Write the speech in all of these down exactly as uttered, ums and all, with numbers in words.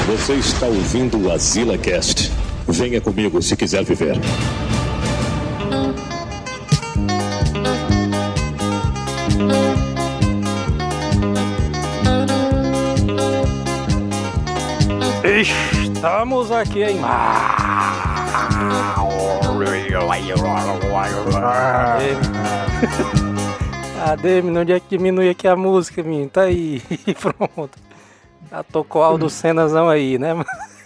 Você está ouvindo o AzilaCast. Venha comigo se quiser viver. Estamos aqui em... Cadê, menino? Onde é que diminui aqui a música, menino? Tá aí. Pronto. Já tocou Aldo Senazão aí, né?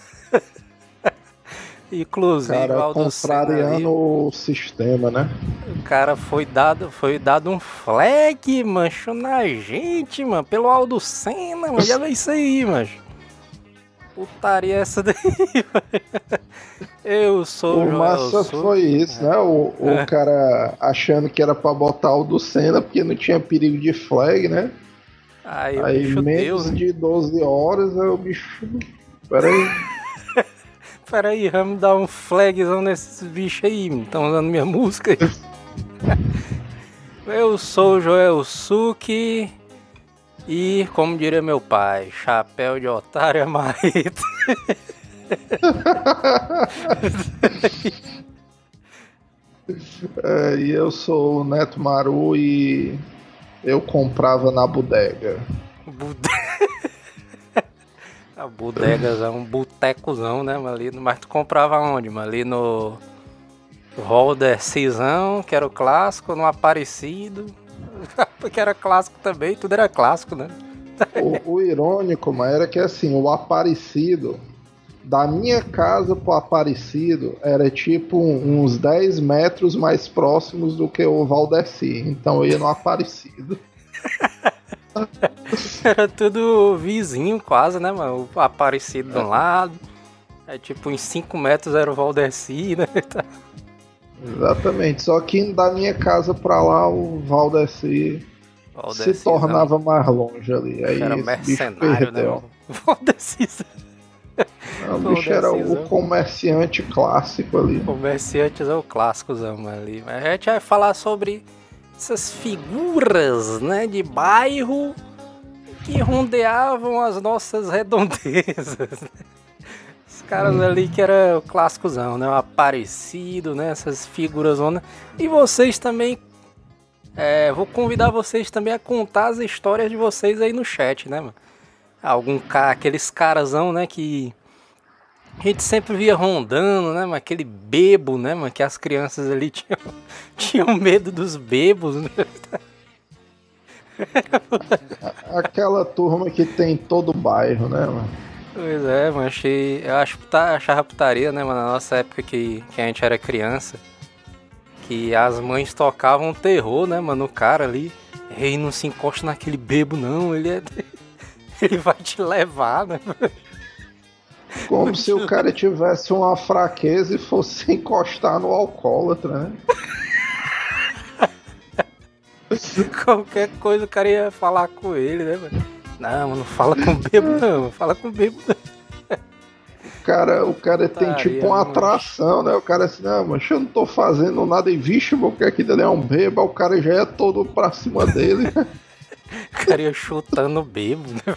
Inclusive, cara, Aldo contrariando o sistema, né? O cara foi dado, foi dado um flag, mancho, na gente, mano, pelo Aldo Senna, mano. Já vê isso aí, mancho. Putaria essa daí, mano. Eu sou o massa sou... foi isso, né? O, o é. cara achando que era pra botar o do Senna porque não tinha perigo de flag, né? Aí, aí bicho menos deu, de doze horas, aí o bicho... Peraí. Peraí, vamos dar um flagzão nesses bichos aí, estão usando minha música aí. Eu sou o Joel Suki e, como diria meu pai, chapéu de otário é marreta. É, e eu sou o Neto Maru e eu comprava na bodega. Bodega. A bodegazão, um botecozão, né, ali, mas tu comprava onde, mano? Ali no Valdercizão, que era o clássico, no Aparecido, que era clássico também, tudo era clássico, né? O, o irônico, mano, era que assim, o Aparecido, da minha casa pro Aparecido, era tipo uns dez metros mais próximos do que o Valdeci, então eu ia no Aparecido. Era tudo vizinho quase, né, mano? O Aparecido de um lado. É tipo, em cinco metros era o Valdeci, né? Exatamente. Só que da minha casa pra lá, o Valdeci, Valdeci se tornava não. mais longe ali. Aí era mercenário, né? Mano? Valdeci. O bicho era o comerciante clássico ali. Comerciantes é o clássicozão ali. Mas a gente vai falar sobre essas figuras, né, de bairro que rondeavam as nossas redondezas. Os caras hum. ali que era o clássicozão, né, o Aparecido, né, essas figuras. E vocês também, é, vou convidar vocês também a contar as histórias de vocês aí no chat, né, mano? Algum cara, aqueles carazão, né, que a gente sempre via rondando, né, mano? Aquele bebo, né, mano? Que as crianças ali tinham, tinham medo dos bebos, né? Aquela turma que tem em todo o bairro, né, mano? Pois é, mano. Achei, eu acho, achava putaria, né, mano? Na nossa época que, que a gente era criança. Que as mães tocavam terror, né, mano? O cara ali. Ei, não se encosta naquele bebo, não. Ele é... Ele vai te levar, né? Como se o cara tivesse uma fraqueza e fosse encostar no alcoólatra, né? Qualquer coisa o cara ia falar com ele, né, mano? Não, não fala com o bebo, não. Fala com o bebo, não. O cara, o cara tem tipo uma atração, né? O cara assim, não, mas eu não tô fazendo nada e vixe, porque aquilo ali é um bebo, o cara já é todo pra cima dele. O cara ia chutando o bebo, né?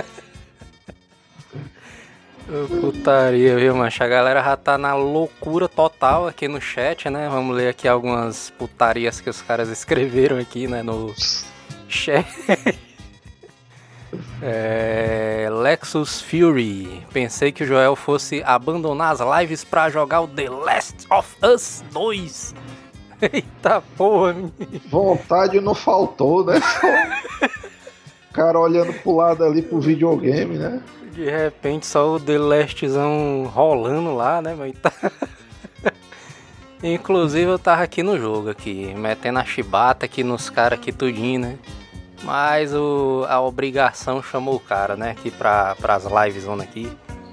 Putaria, viu, mancha? A galera já tá na loucura total aqui no chat, né? Vamos ler aqui algumas putarias que os caras escreveram aqui, né, no chat. É... Lexus Fury. Pensei que o Joel fosse abandonar as lives pra jogar o The Last of Us dois. Eita porra, menino. Vontade não faltou, né? O cara olhando pro lado ali pro videogame, né? De repente só o The Lastzão rolando lá, né, mas tá... Inclusive eu tava aqui no jogo aqui, metendo a chibata aqui nos caras aqui tudinho, né? Mas o, a obrigação chamou o cara, né, aqui pra, pras lives aqui.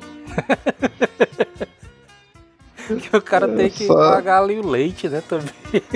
Que o cara tem que essa... pagar ali o leite, né, também.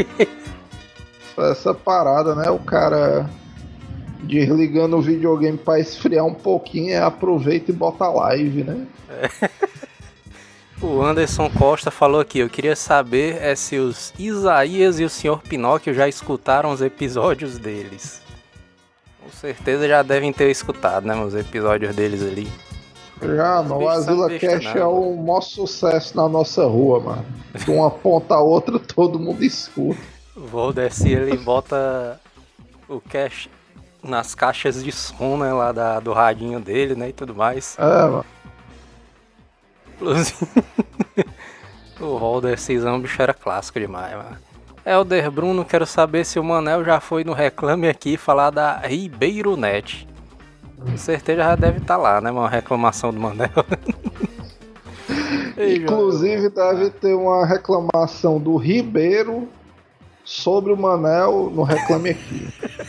Essa parada, né, o cara desligando o videogame pra esfriar um pouquinho, é, aproveita e bota live, né? É. O Anderson Costa falou aqui, eu queria saber é, se os Isaías e o senhor Pinóquio já escutaram os episódios deles. Com certeza já devem ter escutado, né, os episódios deles ali. Já, mano, o Azila Cash é o maior sucesso na nossa rua, mano. De uma ponta a outra, todo mundo escuta. O Valdeci, ele bota o cash nas caixas de som, né, lá da, do radinho dele, né, e tudo mais. É, mano. Inclusive, o Valdecizão, bicho, era clássico demais, mano. Helder Bruno, quero saber se o Manel já foi no Reclame Aqui falar da Ribeiro Net. Com certeza já deve estar lá, né, uma reclamação do Manel. Inclusive deve ter uma reclamação do Ribeiro sobre o Manel no Reclame Aqui.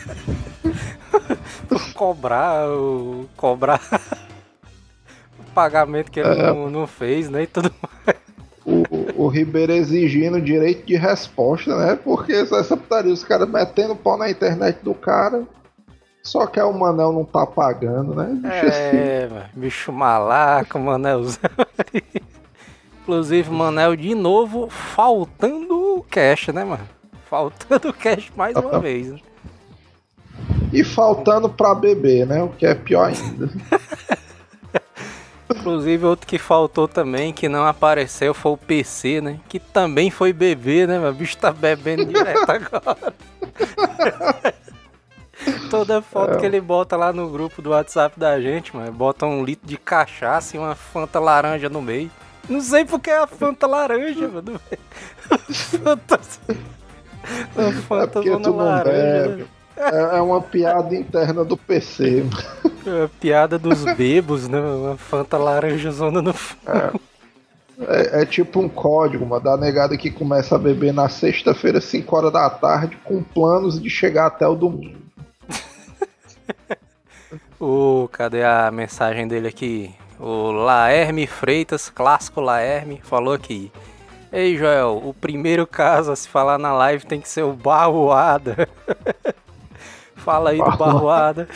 cobrar o cobrar o pagamento que ele é. não, não fez, né, e tudo mais. O, o Ribeiro exigindo direito de resposta, né? Porque essa putaria, os caras metendo pau na internet do cara, só que o Manel não tá pagando, né? Bicho é, assim. Bicho malaco, Manelzão. Inclusive, Manel de novo faltando o cash, né, mano? Faltando o cash mais uma vez, né? E faltando pra beber, né? O que é pior ainda. Inclusive, outro que faltou também, que não apareceu, foi o P C, né? Que também foi beber, né? O bicho tá bebendo direto agora. Toda foto é. que ele bota lá no grupo do WhatsApp da gente, mano, bota um litro de cachaça e uma Fanta laranja no meio. Não sei porque é a Fanta laranja, mano. Fanta... A Fanta é zona laranja, né? É uma piada interna do P C. É uma piada dos bebos, né? Uma Fanta laranja zona no fundo. É, é, é tipo um código, uma da negada que começa a beber na sexta-feira, cinco horas da tarde, com planos de chegar até o domingo. O, cadê a mensagem dele aqui? O Laerme Freitas, clássico Laerme, falou aqui. Ei, Joel, o primeiro caso a se falar na live tem que ser o Barroada. Fala aí do Barroada.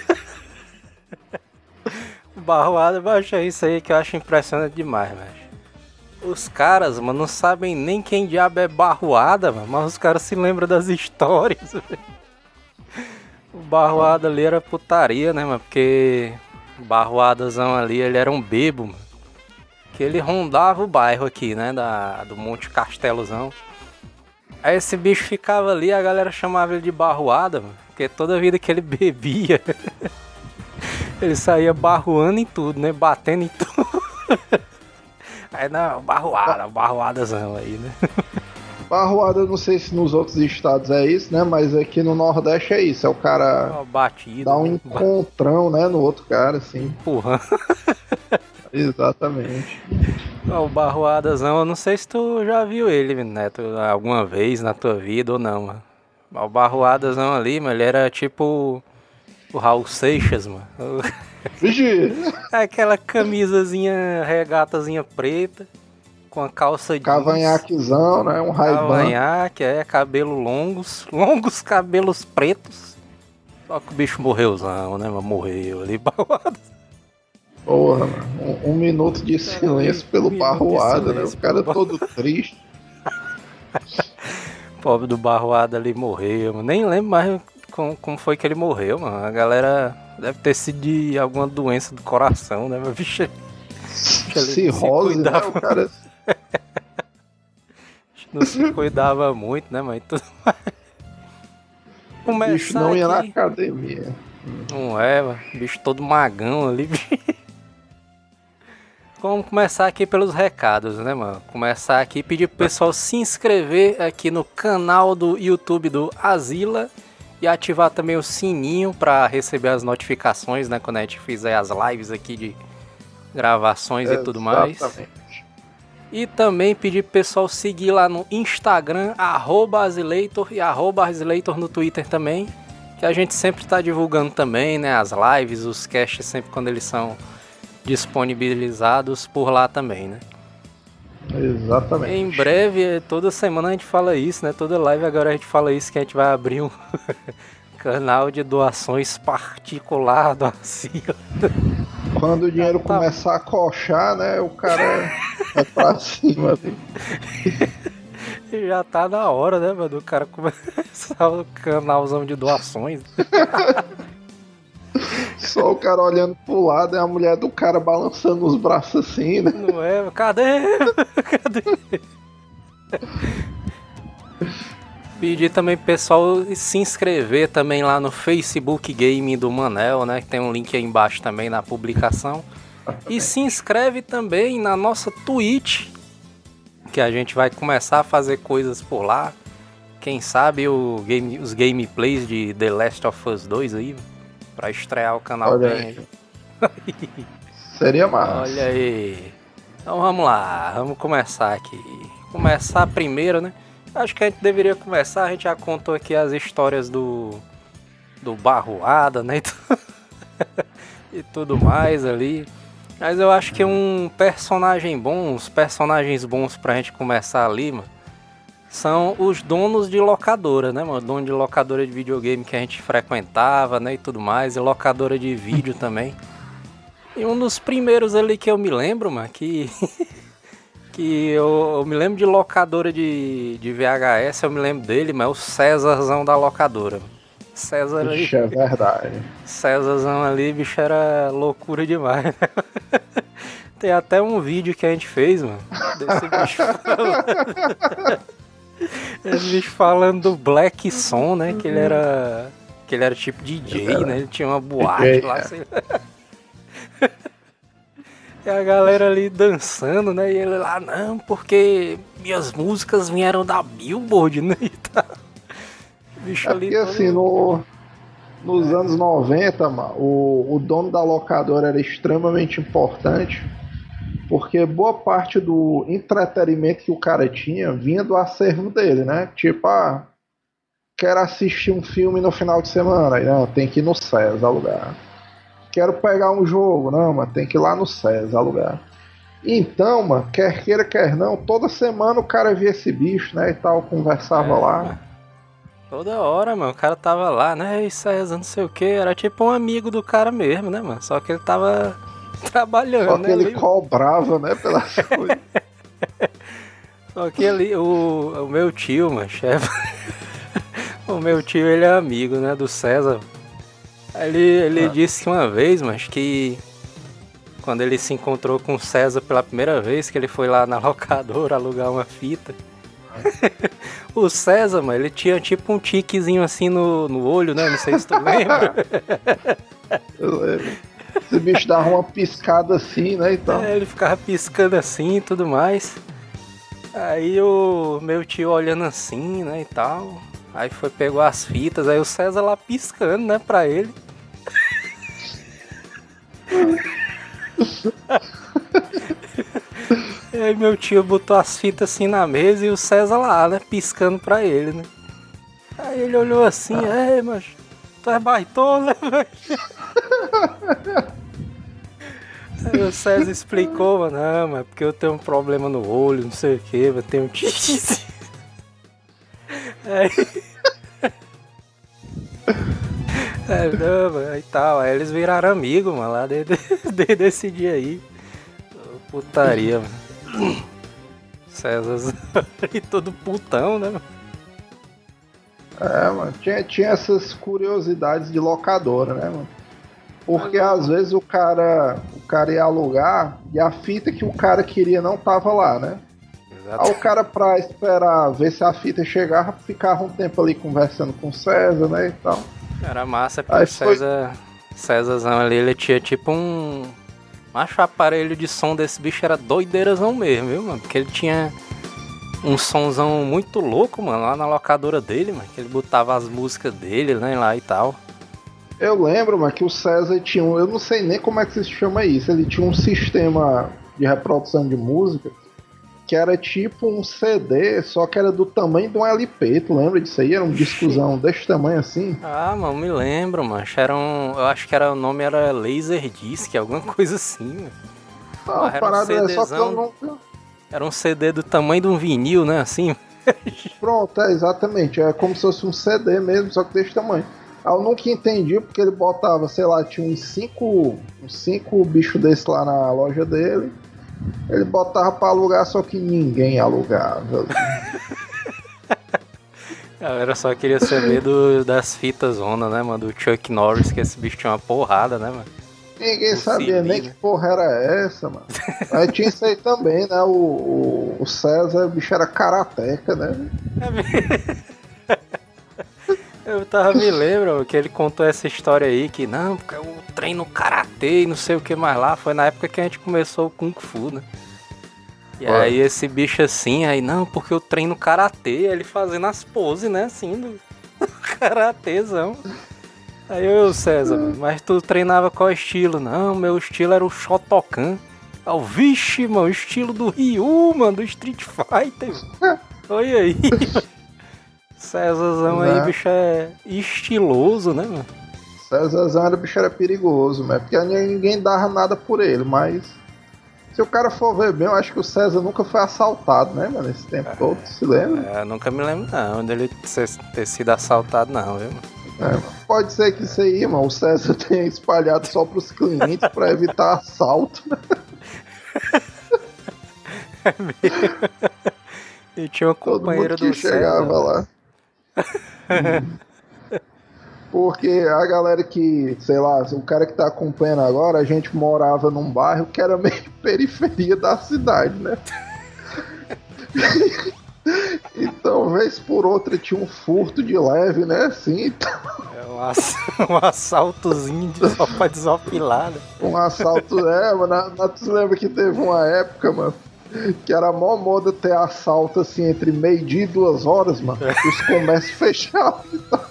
O Barroada, baixa isso aí que eu acho impressionante demais, velho. Os caras, mano, não sabem nem quem diabo é Barroada, mano, mas os caras se lembram das histórias, velho. O Barroada ali era putaria, né, mano? Porque o Barroadazão ali, ele era um bebo, mano. Que ele rondava o bairro aqui, né, da, do Monte Castelozão. Aí esse bicho ficava ali, a galera chamava ele de Barroada, mano. Porque toda vida que ele bebia, ele saía barroando em tudo, né? Batendo em tudo. Aí não, Barroada, Barroadazão aí, né? Barroada, eu não sei se nos outros estados é isso, né? Mas aqui no Nordeste é isso. É o cara oh, batido, dá um encontrão, né? No outro cara, assim. Empurrando. Exatamente. O Barroadazão, eu não sei se tu já viu ele, Neto, alguma vez na tua vida ou não, mano. O Barroadazão ali, mano, ele era tipo o Raul Seixas, mano. Aquela camisazinha, regatazinha preta, com a calça de cavanhaquezão, né? Um Ray-Ban. Cavanhaque, é, cabelo longos, longos cabelos pretos. Só que o bicho morreuzão, né, mano? Morreu ali, Barroada. Porra, mano. Um, um minuto de silêncio pelo um Barroada, né? O cara todo triste. Pobre do Barroada ali morreu, mano. Nem lembro mais como, como foi que ele morreu, mano. A galera deve ter sido de alguma doença do coração, né, meu bicho? Cirrose, né, o cara? Não se cuidava muito, né, mas tudo mais. O bicho não ia aqui na academia. Não é, mano. Bicho todo magão ali, bicho. Vamos começar aqui pelos recados, né, mano? Começar aqui e pedir pro pessoal se inscrever aqui no canal do YouTube do Azila e ativar também o sininho para receber as notificações, né, quando a gente fizer as lives aqui de gravações é, e tudo mais. Exatamente. E também pedir pro pessoal seguir lá no Instagram, arroba Azileitor, e arroba Azileitor no Twitter também, que a gente sempre tá divulgando também, né, as lives, os casts sempre quando eles são disponibilizados por lá também, né? Exatamente. Em breve, toda semana a gente fala isso, né? Toda live agora a gente fala isso, que a gente vai abrir um canal de doações particular do Azila. Quando o dinheiro tá... começar a coxar, né? O cara é pra cima. Já tá na hora, né, mano? O cara começar o canalzão de doações. Só o cara olhando pro lado e a mulher do cara balançando os braços assim, né? Não é? Cadê? Cadê? Pedir também pro pessoal se inscrever também lá no Facebook Game do Manel, né? Que tem um link aí embaixo também na publicação. E se inscreve também na nossa Twitch, que a gente vai começar a fazer coisas por lá. Quem sabe o game, os gameplays de The Last of Us dois aí, pra estrear o canal Olha bem aí. Seria massa. Olha aí. Então vamos lá, vamos começar aqui. Começar primeiro, né? Acho que a gente deveria começar, a gente já contou aqui as histórias do do Barroada, né? E tudo mais ali. Mas eu acho que um personagem bom, uns personagens bons pra gente começar ali, mano, são os donos de locadora, né, mano? Dono de locadora de videogame que a gente frequentava, né, e tudo mais, e locadora de vídeo também. E um dos primeiros ali que eu me lembro, mano, que... que eu, eu me lembro de locadora de, de V H S, eu me lembro dele, mas é o Césarzão da locadora. César ali... Ixi, é verdade. Césarzão ali, bicho, era loucura demais, né? Tem até um vídeo que a gente fez, mano, desse bicho falando... Esse bicho falando do Black Som, né? Que ele era. Que ele era tipo D J, né? Ele tinha uma boate lá, sei lá. E a galera ali dançando, né? E ele lá, não, porque minhas músicas vieram da Billboard, né? E tal. O bicho é ali. porque todo... assim, no, nos é. anos noventa, mano, o, o dono da locadora era extremamente importante. Porque boa parte do entretenimento que o cara tinha vinha do acervo dele, né? Tipo, ah, quero assistir um filme no final de semana, aí, não, tem que ir no SES alugar. Quero pegar um jogo, não, mas tem que ir lá no SES alugar. Então, mano, quer queira, quer não, toda semana o cara via esse bicho, né, e tal, conversava é, lá. Mano. Toda hora, mano, o cara tava lá, né, e SES, não sei o que, era tipo um amigo do cara mesmo, né, mano, só que ele tava... trabalhando, Só que né, ele ali, cobrava, né, pelas coisas. Só que ele, o, o meu tio, mano, chefe, o meu tio, ele é amigo, né, do César. Ele, ele ah. disse que uma vez, mas que quando ele se encontrou com o César pela primeira vez, que ele foi lá na locadora alugar uma fita, ah. o César, mano, ele tinha tipo um tiquezinho assim no, no olho, né, não sei se tu lembra. Eu lembro. Esse bicho dava uma piscada assim, né, e tal. É, ele ficava piscando assim e tudo mais. Aí o meu tio olhando assim, né, e tal. Aí foi, pegou as fitas, aí o César lá piscando, né, pra ele. E aí meu tio botou as fitas assim na mesa e o César lá, né, piscando pra ele, né. Aí ele olhou assim, é, mas tu é baitola, né, velho? Aí o César explicou, mano, não, mas porque eu tenho um problema no olho, não sei o que, eu tenho um tique. Aí... é, não, mano, e tal, aí eles viraram amigos, mano, lá desde, desde esse dia aí. Putaria, mano. César e todo putão, né, mano? É, mano, tinha, tinha essas curiosidades de locadora, né, mano? Porque às vezes o cara, o cara ia alugar e a fita que o cara queria não tava lá, né? Exato. Aí o cara, pra esperar ver se a fita chegava, ficava um tempo ali conversando com o César, né, e tal. Era massa, porque o César, foi... Césarzão ali, ele tinha tipo um... Macho, o aparelho de som desse bicho era doideirazão mesmo, viu, mano? Porque ele tinha um sonzão muito louco, mano, lá na locadora dele, mano, que ele botava as músicas dele, né, lá e tal. Eu lembro, mas que o César tinha um... Eu não sei nem como é que se chama isso. Ele tinha um sistema de reprodução de música que era tipo um C D, só que era do tamanho de um L P. Tu lembra disso aí? Era um discuzão desse tamanho assim. Ah, mano, me lembro, mano. Era um... Eu acho que era, o nome era Laserdisc, alguma coisa assim, mano. Não, a parada um é só que eu não... Era um C D do tamanho de um vinil, né, assim. Pronto, é exatamente. É como se fosse um C D mesmo, só que desse tamanho. Eu nunca entendi porque ele botava, sei lá, tinha uns cinco, uns cinco bichos desses lá na loja dele. Ele botava pra alugar, só que ninguém alugava. A galera só queria saber do, das fitas zona, né, mano? Do Chuck Norris, que esse bicho tinha uma porrada, né, mano? Ninguém sabia nem que porra era essa, mano. Aí tinha isso aí também, né? O, o, o César, o bicho era karateca, né? Eu tava me lembro que ele contou essa história aí, que não, porque eu treino karatê e não sei o que mais lá. Foi na época que a gente começou o Kung Fu, né? E Ué. aí esse bicho assim, aí não, porque eu treino karatê, ele fazendo as poses, né, assim, do karatêzão. Aí eu, César, mas tu treinava qual estilo? Não, meu estilo era o Shotokan. Ah, vixe, mano, o estilo do Ryu, mano, do Street Fighter. Olha aí. Césarzão aí, bicho é estiloso, né, mano? Césarzão era, bicho era perigoso, né? Porque ninguém dava nada por ele, mas se o cara for ver bem, eu acho que o César nunca foi assaltado, né, mano? Esse tempo é, todo, se lembra? É, eu nunca me lembro não, dele ter sido assaltado não, viu, mano? É, pode ser que isso aí, mano, o César tenha espalhado só pros clientes pra evitar assalto, né? É mesmo. E tinha um companheiro do César. Chegava lá. Porque a galera que, sei lá, o cara que tá acompanhando agora, a gente morava num bairro que era meio periferia da cidade, né? Então, vez por outra, tinha um furto de leve, né? Assim, então... É um, ass... um assaltozinho de só pra desopilar, né? Um assalto, é, mano. Tu lembra que teve uma época, mano, que era a maior moda ter assalto assim entre meio-dia e duas horas, mano. É. Os comércios fechados.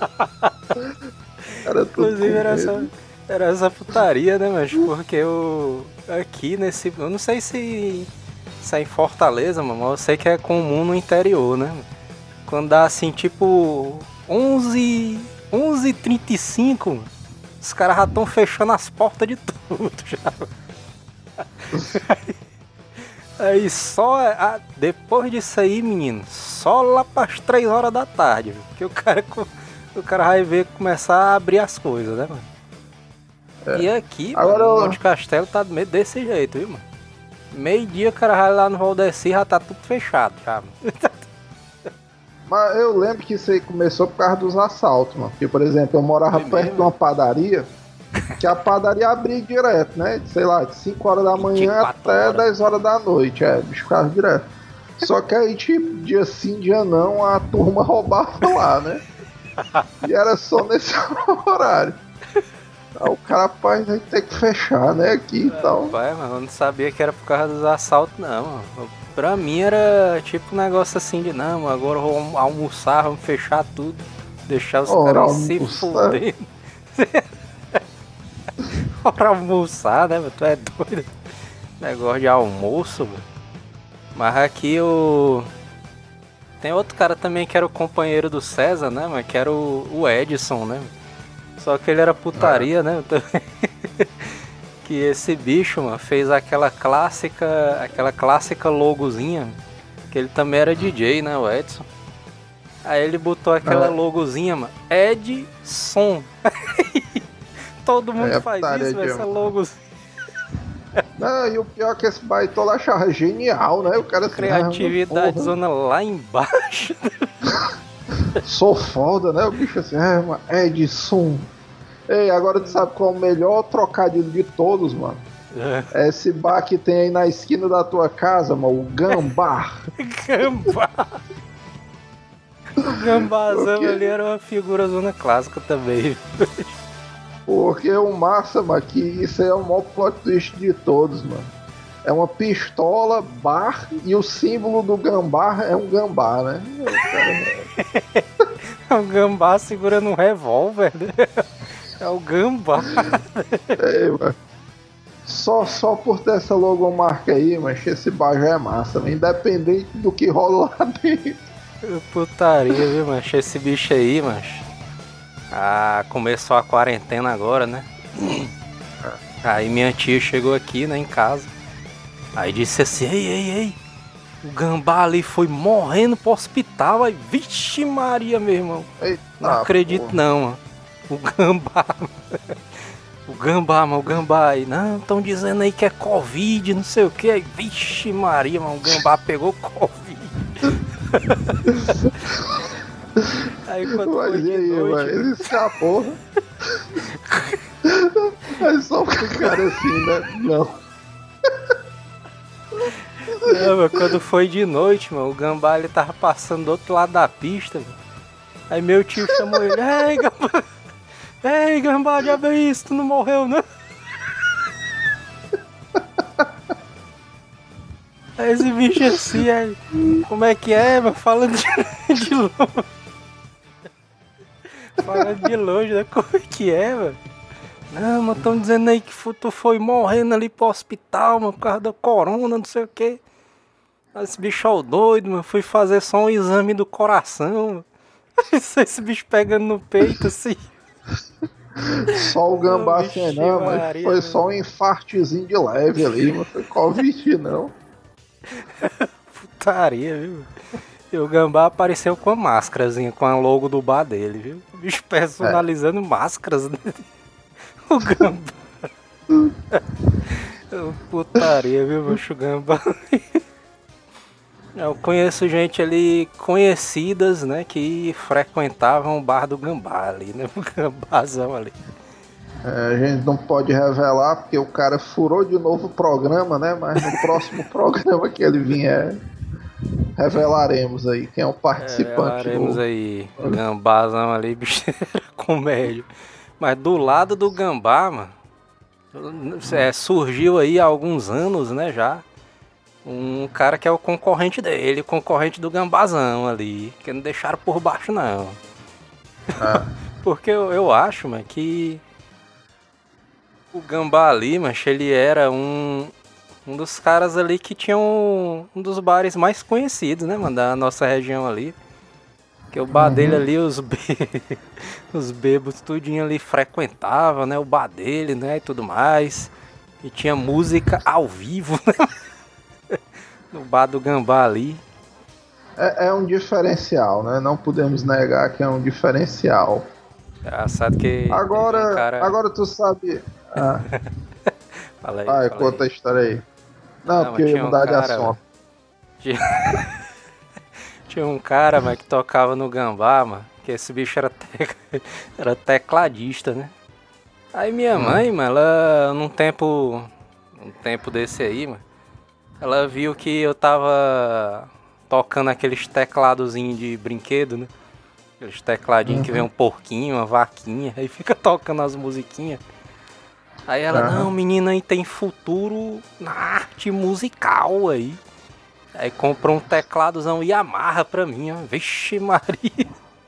Era tudo. Inclusive, era essa, era essa putaria, né, mas porque eu. Aqui nesse. Eu não sei se. Se é em Fortaleza, mano, mas eu sei que é comum no interior, né? Quando dá assim, tipo. onze. onze e trinta e cinco, mano, os caras já estão fechando as portas de tudo já. Aí, aí só. A, depois disso aí, menino, só lá pras três horas da tarde, viu? Porque o cara, o cara vai ver começar a abrir as coisas, né, mano? É. E aqui, agora, mano, o Monte Castelo tá desse jeito, viu, mano? Meio-dia o cara vai lá no Valdeci já tá tudo fechado, já. Mas eu lembro que isso aí começou por causa dos assaltos, mano. Porque, por exemplo, eu morava é perto mesmo? de uma padaria, que a padaria abria direto, né? Sei lá, de cinco horas da manhã até horas. dez horas da noite. É, bicho ficava direto. Só que aí, tipo, dia sim, dia não, a turma roubava lá, né? E era só nesse horário. Aí o cara, rapaz, vai ter que fechar, né, aqui e é, tal. Pai, mas eu não sabia que era por causa dos assaltos, não, mano. Pra mim era tipo um negócio assim de, não, agora eu vou almoçar, vamos fechar tudo, deixar os Ora, caras se fuder. Ora, almoçar, né, mano? Tu é doido. Negócio de almoço, mano. Mas aqui o... Tem outro cara também que era o companheiro do César, né, mano, que era o, o Edson, né? Só que ele era putaria, é. né? Que esse bicho, mano, fez aquela clássica, aquela clássica logozinha, que ele também era D J, né, o Edson. Aí ele botou aquela é. logozinha, mano, Edson. Todo mundo é, faz isso, essa logozinha. Não, e o pior é que esse baitola achava genial, né? O cara assim, criatividade ah, zona lá embaixo. Sou foda, né? O bicho assim, é, mano, Edson. Ei, agora tu sabe qual é o melhor trocadilho de todos, mano? É. É esse bar que tem aí na esquina da tua casa, mano, o Gambá. Gambá. O Gambazão ali era uma figura zona clássica também. Porque o massa, mano, que isso aí é o maior plot twist de todos, mano. É uma pistola, bar, e o símbolo do gambá é um gambá, né? É um gambá segurando um revólver, né? É o gambá. É, mano. Só, só por ter essa logomarca aí, mas esse bar já é massa, né? Independente do que rola lá dentro. Putaria, viu, mancho? Esse bicho aí, mancho. Ah, começou a quarentena agora, né? Aí minha tia chegou aqui, né, em casa. Aí disse assim, ei, ei, ei, o gambá ali foi morrendo pro hospital. Aí, vixe Maria, meu irmão. Eita, não acredito porra. não, mano. O gambá, o gambá, mano, o gambá aí. Não, estão dizendo aí que é Covid, não sei o que. Aí, vixe Maria, mano, o gambá pegou Covid. Aí quando Mas foi e de aí, noite, mano? Ele escapou. Aí só o cara assim, né? Não. não, mano, quando foi de noite, mano, o gambá ele tava passando do outro lado da pista, mano. Aí meu tio chamou ele, ei, gambá, ei, gambá, já veio isso, tu não morreu, não? Aí esse bicho assim, aí, como é que é, mano? Falando de, de longe. Falando de longe, né? Como é que é, mano? Não, mas tão dizendo aí que tu foi morrendo ali pro hospital, mano, por causa da corona, não sei o que. Esse bicho é o doido, mano. Fui fazer só um exame do coração, mano. Esse bicho pegando no peito, assim. Só o gambá Oh, assim, vixe não, mas Maria, foi mano. só um infartezinho de leve ali, não foi Covid, não. Putaria, viu? E o gambá apareceu com a máscarazinha, com a logo do bar dele, viu? O bicho personalizando é. máscaras, né? O gambá. Putaria, viu, bicho gambá? Eu conheço gente ali, conhecidas, né, que frequentavam o bar do gambá ali, né? O gambazão ali. É, a gente não pode revelar porque o cara furou de novo o programa, né? Mas no próximo programa que ele vier, revelaremos aí quem é o participante. Revelaremos do... aí, gambazão ali, bicho, comédia. Mas do lado do gambá, mano, é, surgiu aí há alguns anos, né, já, um cara que é o concorrente dele, o concorrente do gambazão ali, que não deixaram por baixo, não. Ah. Porque eu, eu acho, mano, que o gambá ali, mancha, ele era um, um dos caras ali que tinha um, um dos bares mais conhecidos, né, mano, da nossa região ali. Que o bar uhum. dele ali, os, be... os bebos tudinho ali frequentavam, né, o bar dele, né, e tudo mais. E tinha música ao vivo, né, no bar do gambá ali. É, é um diferencial, né, não podemos negar que é um diferencial. Engraçado que... Agora, um cara... agora tu sabe... Ah. Fala aí, Vai, fala conta aí. a história aí. Não, não porque eu ia mudar um cara, de assunto. Tinha... tinha um cara, mas que tocava no gambá, mano, que esse bicho era, te... era tecladista, né? Aí minha hum. mãe, mano, ela, num tempo, num tempo desse aí, mano, ela viu que eu tava tocando aqueles tecladozinhos de brinquedo, né? Aqueles tecladinhos uhum. que vem um porquinho, uma vaquinha, aí fica tocando as musiquinhas. Aí ela, uhum. não, menina, aí tem futuro na arte musical aí. Aí comprou um tecladozão Yamaha pra mim, ó. Vixe Maria.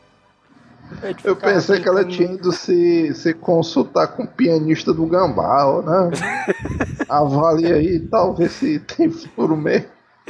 Eu pensei que ela tinha ido se, se consultar com o pianista do gambá, ó, né? Avalia aí e tal, ver se tem futuro mesmo.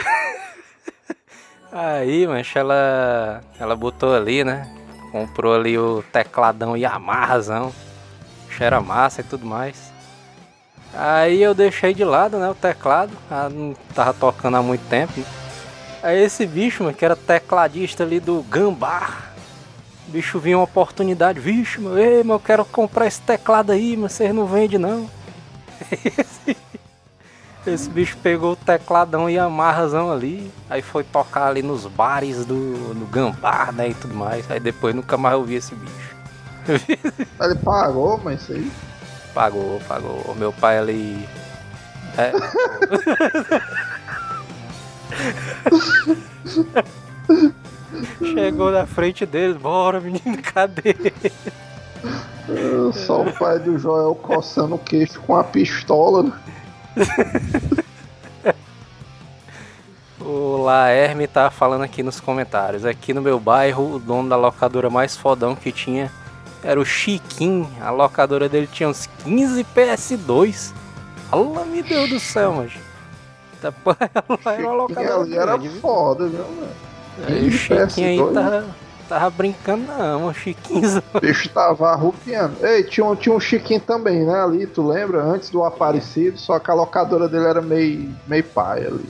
Aí, mancha, ela, ela botou ali, né? Comprou ali o tecladão Yamahazão. Cheira massa e tudo mais. Aí eu deixei de lado, né, o teclado. Ah, não tava tocando há muito tempo, né? Aí esse bicho, mano, que era tecladista ali do gambá. O bicho viu uma oportunidade. Vixe, meu, ei, meu, eu quero comprar esse teclado aí, mas vocês não vendem, não. Esse... Esse bicho pegou o tecladão e a amarrazão ali, aí foi tocar ali nos bares do, do gambá, né, e tudo mais. Aí depois nunca mais eu vi esse bicho. Ele pagou, mas isso aí? Pagou, pagou. O meu pai ali... É... Chegou na frente dele, bora menino, cadê? Só o pai do Joel coçando o queixo com a pistola, né? O Laerme tá falando aqui nos comentários. Aqui no meu bairro, o dono da locadora mais fodão que tinha era o Chiquinho. A locadora dele tinha uns quinze P S dois. Allah, meu Deus do céu, mano. Era uma locadora ali era grande, foda, viu, mano? Aí o Chiquinho aí tava, tava brincando não, o Chiquinho. O bicho tava arrupiando. Ei, tinha um, tinha um Chiquinho também, né, ali, tu lembra? Antes do Aparecido, só que a locadora dele era meio, meio paia ali.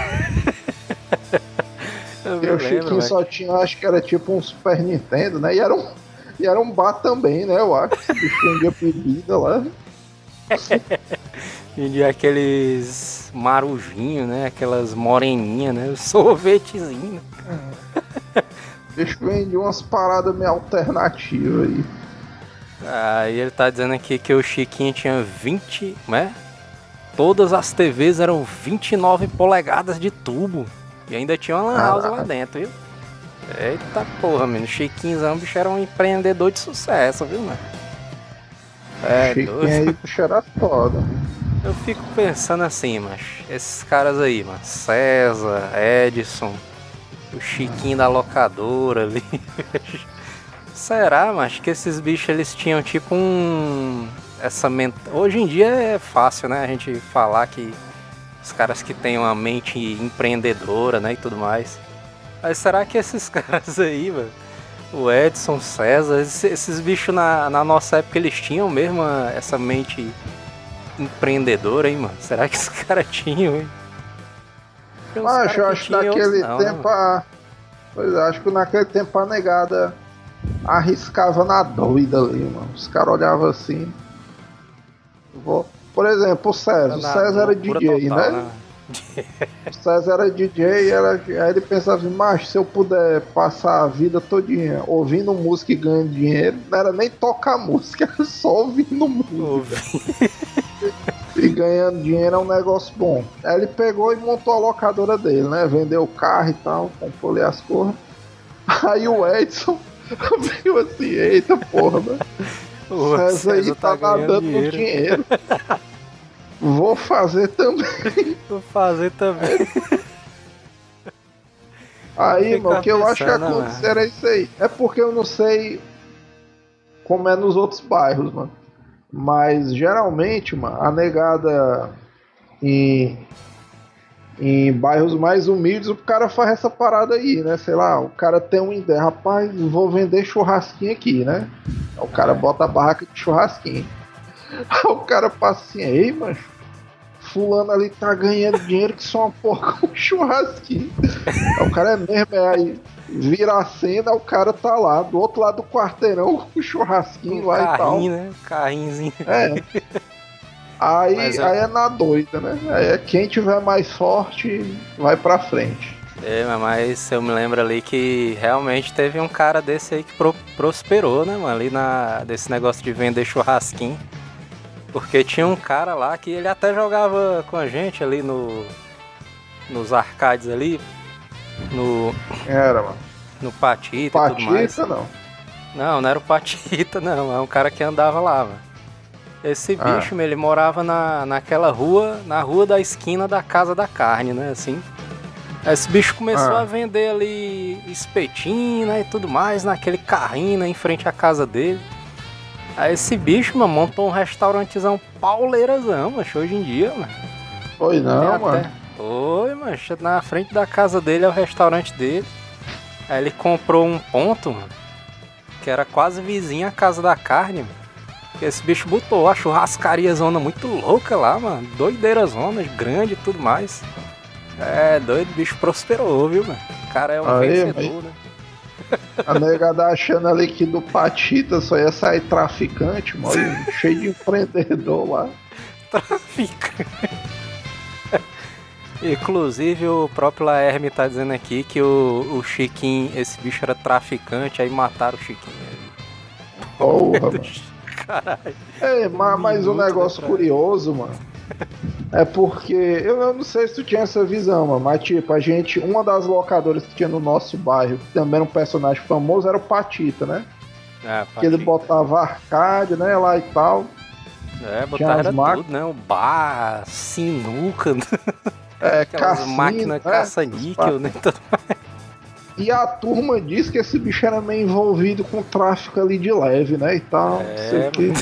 E o Chiquinho lembro, só tinha, acho que era tipo um Super Nintendo, né? E era um, e era um bar também, né? Eu acho que esse bicho vendia bebida lá. Vendia aqueles marujinhos, né? Aquelas moreninhas, né? O sorvetezinho. Bicho vende umas paradas meio alternativas aí. Aí ele tá dizendo aqui que o Chiquinho tinha vinte, né? Todas as T Vs eram vinte e nove polegadas de tubo. E ainda tinha uma lan house lá dentro, viu? Eita porra, mano. O Chiquinho, o bicho era um empreendedor de sucesso, viu, mano? É, Chiquinho aí, bicho era foda. Eu fico pensando assim, mas esses caras aí, mano. César, Edson, o Chiquinho da locadora ali. Será, mas que esses bichos eles tinham tipo um... essa ment... Hoje em dia é fácil, né? A gente falar que os caras que têm uma mente empreendedora, né? E tudo mais. Mas será que esses caras aí, mano? O Edson, César, esses, esses bichos na, na nossa época eles tinham mesmo essa mente empreendedora, hein, mano? Será que esses caras tinham, hein? Acho, eu acho que naquele não, tempo né, a... Pois é, acho que naquele tempo a negada arriscava na doida ali, mano. Os caras olhavam assim. Vou... Por exemplo, o César. O César era D J, total, né? né? O César era D J e era... aí ele pensava assim, macho, se eu puder passar a vida todinha ouvindo música e ganhando dinheiro, não era nem tocar música, era só ouvindo música. E ganhando dinheiro é um negócio bom. Aí ele pegou e montou a locadora dele, né? Vendeu o carro e tal, comprou ali as coisas. Aí o Edson veio assim, eita porra, né? O César, César aí tá, tá nadando no dinheiro. Vou fazer também. Vou fazer também. Aí, mano, o que eu acho que aconteceu era isso aí. É porque eu não sei como é nos outros bairros, mano. Mas geralmente, mano, a negada em, em bairros mais humildes, o cara faz essa parada aí, né? Sei lá, o cara tem uma ideia, rapaz, vou vender churrasquinho aqui, né? Aí o cara bota a barraca de churrasquinho. Aí o cara passa assim, ei, mano, fulano ali tá ganhando dinheiro que só uma porra com churrasquinho. Aí o cara é mesmo, é aí. Vira a cena, o cara tá lá, do outro lado do quarteirão, com o churrasquinho um lá e tal. Carrinho, né? Carrinhozinho. É. Aí, eu... aí é na doida, né? Aí é quem tiver mais forte vai pra frente. É, mas eu me lembro ali que realmente teve um cara desse aí que pro, prosperou, né, mano? Ali na, desse negócio de vender churrasquinho. Porque tinha um cara lá que ele até jogava com a gente ali no, nos arcades ali. No. Era, mano. No Patita e tudo mais. Patita, não. Não, não era o Patita, não. É um cara que andava lá, mano. Esse ah. bicho, ele morava na, naquela rua, na rua da esquina da Casa da Carne, né? Assim. Esse bicho começou ah. a vender ali espetinho, né? E tudo mais, naquele carrinho, né, em frente à casa dele. Aí esse bicho, mano, montou um restaurantezão pauleirazão, mas hoje em dia, mano. Foi não, mano. Até... Oi, mano, na frente da casa dele é o restaurante dele. Aí ele comprou um ponto, mano, que era quase vizinho à Casa da Carne, mano. Esse bicho botou a churrascaria zona muito louca lá, mano. Doideira zona, grande e tudo mais. É, doido, o bicho prosperou, viu, mano? O cara é um aí, vencedor, né? A negada achando ali que do Patita só ia sair traficante, mano. Cheio de empreendedor lá. Traficante. Inclusive o próprio Laerme tá dizendo aqui que o, o Chiquinho, esse bicho era traficante, aí mataram o Chiquinho. Porra, mano. Caralho. É, mas, mas um negócio curioso, mano, é porque, eu, eu não sei se tu tinha essa visão, mano, mas tipo, a gente, uma das locadoras que tinha no nosso bairro, que também era um personagem famoso, era o Patita, né? É, Patita. Que ele botava arcade, né, lá e tal. É, botava era tudo, né? O bar, sinuca... É, aquelas máquinas né? caça-níquel, né? E a turma diz que esse bicho era meio envolvido com tráfico ali de leve, né? E tal, é, não sei o que.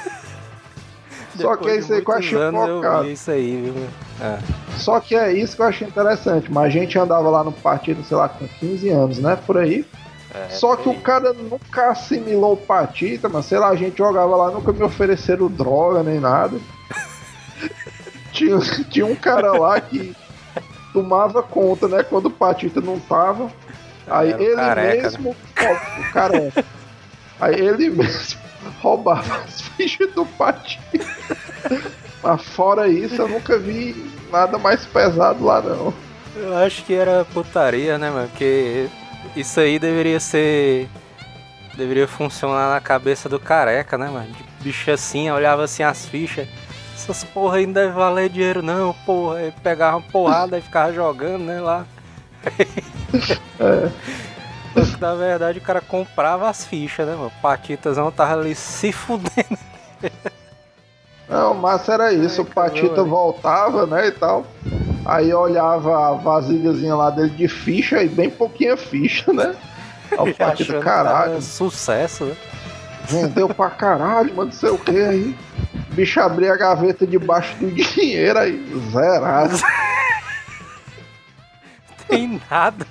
Só que é isso aí que eu achei focado. Isso aí, viu? É. Só que é isso que eu achei interessante. Mas a gente andava lá no partido, sei lá, com quinze anos, né? Por aí. É, Só que aí. O cara nunca assimilou o Patita, mas sei lá, a gente jogava lá, nunca me ofereceram droga nem nada. Tinha, tinha um cara lá que tomava conta, né? Quando o Patita não tava. Aí ele careca, mesmo. Né? Ó, o careca. Aí ele mesmo roubava as fichas do Patita. Mas fora isso, eu nunca vi nada mais pesado lá, não. Eu acho que era putaria, né, mano? Porque Isso aí deveria ser... Deveria funcionar na cabeça do careca, né, mano? De bicho assim, olhava assim as fichas. Essas porra aí não devem valer dinheiro não, porra. Aí pegava uma porrada e ficava jogando, né, lá. É. Mas, na verdade o cara comprava as fichas, né, mano? O Patitazão tava ali se fudendo. Não, mas era isso, Ai, o Patita caramba, voltava, né, e tal. Aí olhava a vasilhazinha lá dele de ficha e bem pouquinha ficha, né? Aí o Patita, caralho. Sucesso, né? Vendeu pra caralho, mano, não sei o que aí. O bicho abria a gaveta debaixo do dinheiro aí, zerado. Tem nada.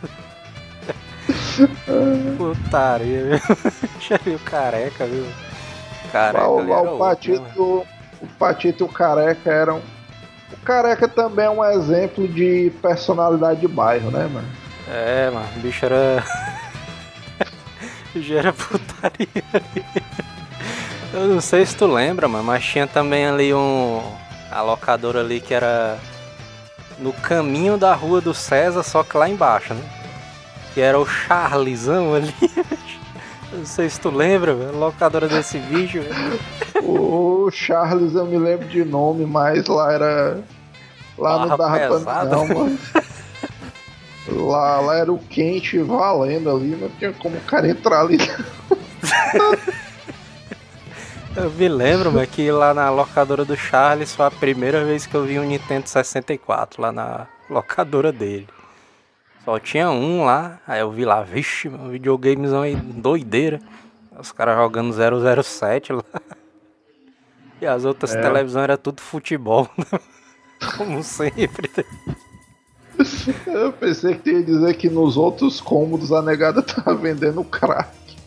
Putaria, viu? Já viu careca, viu? Careca, o, ali o, Patito, outro, o Patito e o Careca eram... O Careca também é um exemplo de personalidade de bairro, né, mano? É, mano, o bicho era... Já era putaria. Eu não sei se tu lembra, mano, mas tinha também ali um... A locadora ali que era... No caminho da rua do César, só que lá embaixo, né? Que era o Charlesão ali. Não sei se tu lembra, velho. Locadora desse bicho. O Charles eu me lembro de nome, mas lá era... Lá Barra não dava pesada. pra não, mano. Lá, lá era o quente valendo ali, não tinha como o cara entrar ali. Eu me lembro, mas que lá na locadora do Charles foi a primeira vez que eu vi um Nintendo sessenta e quatro lá na locadora dele. Só tinha um lá, aí eu vi lá, vixe, um videogamezão aí, doideira. Os caras jogando zero zero sete lá. E as outras é. televisões era tudo futebol, né? Como sempre. Eu pensei que tu ia dizer que nos outros cômodos a negada tava vendendo crack.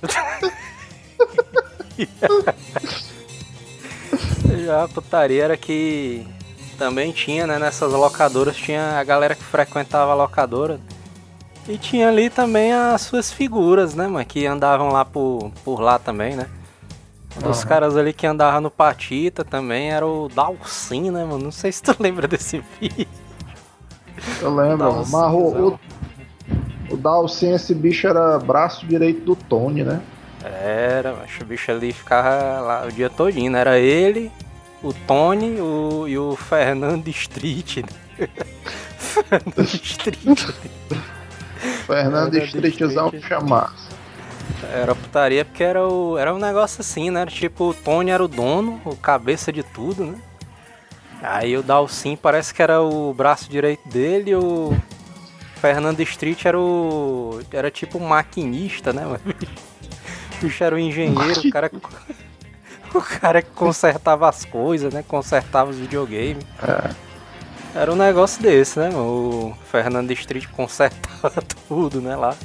Já a putaria era que também tinha, né, nessas locadoras, tinha a galera que frequentava a locadora. E tinha ali também as suas figuras, né, mano, que andavam lá por, por lá também, né. Um dos uhum. caras ali que andava no Patita também era o Dalcin, né, mano. Não sei se tu lembra desse vídeo. Eu lembro, mas o, o, o Dalcin, esse bicho era braço direito do Tony, né? Era, mas o bicho ali ficava lá o dia todinho, né? Era ele, o Tony o, e o Fernando Street. Né? Fernando Street. Fernando Streetzão chamar. Era putaria porque era, o, era um negócio assim, né? Tipo, o Tony era o dono, o cabeça de tudo, né? Aí o Dalcin parece que era o braço direito dele e o Fernando Street era o... Era tipo um maquinista, né? O bicho era o engenheiro, o cara... O cara que consertava as coisas, né? Consertava os videogames. É. Era um negócio desse, né? O Fernando Street consertava tudo, né? Lá.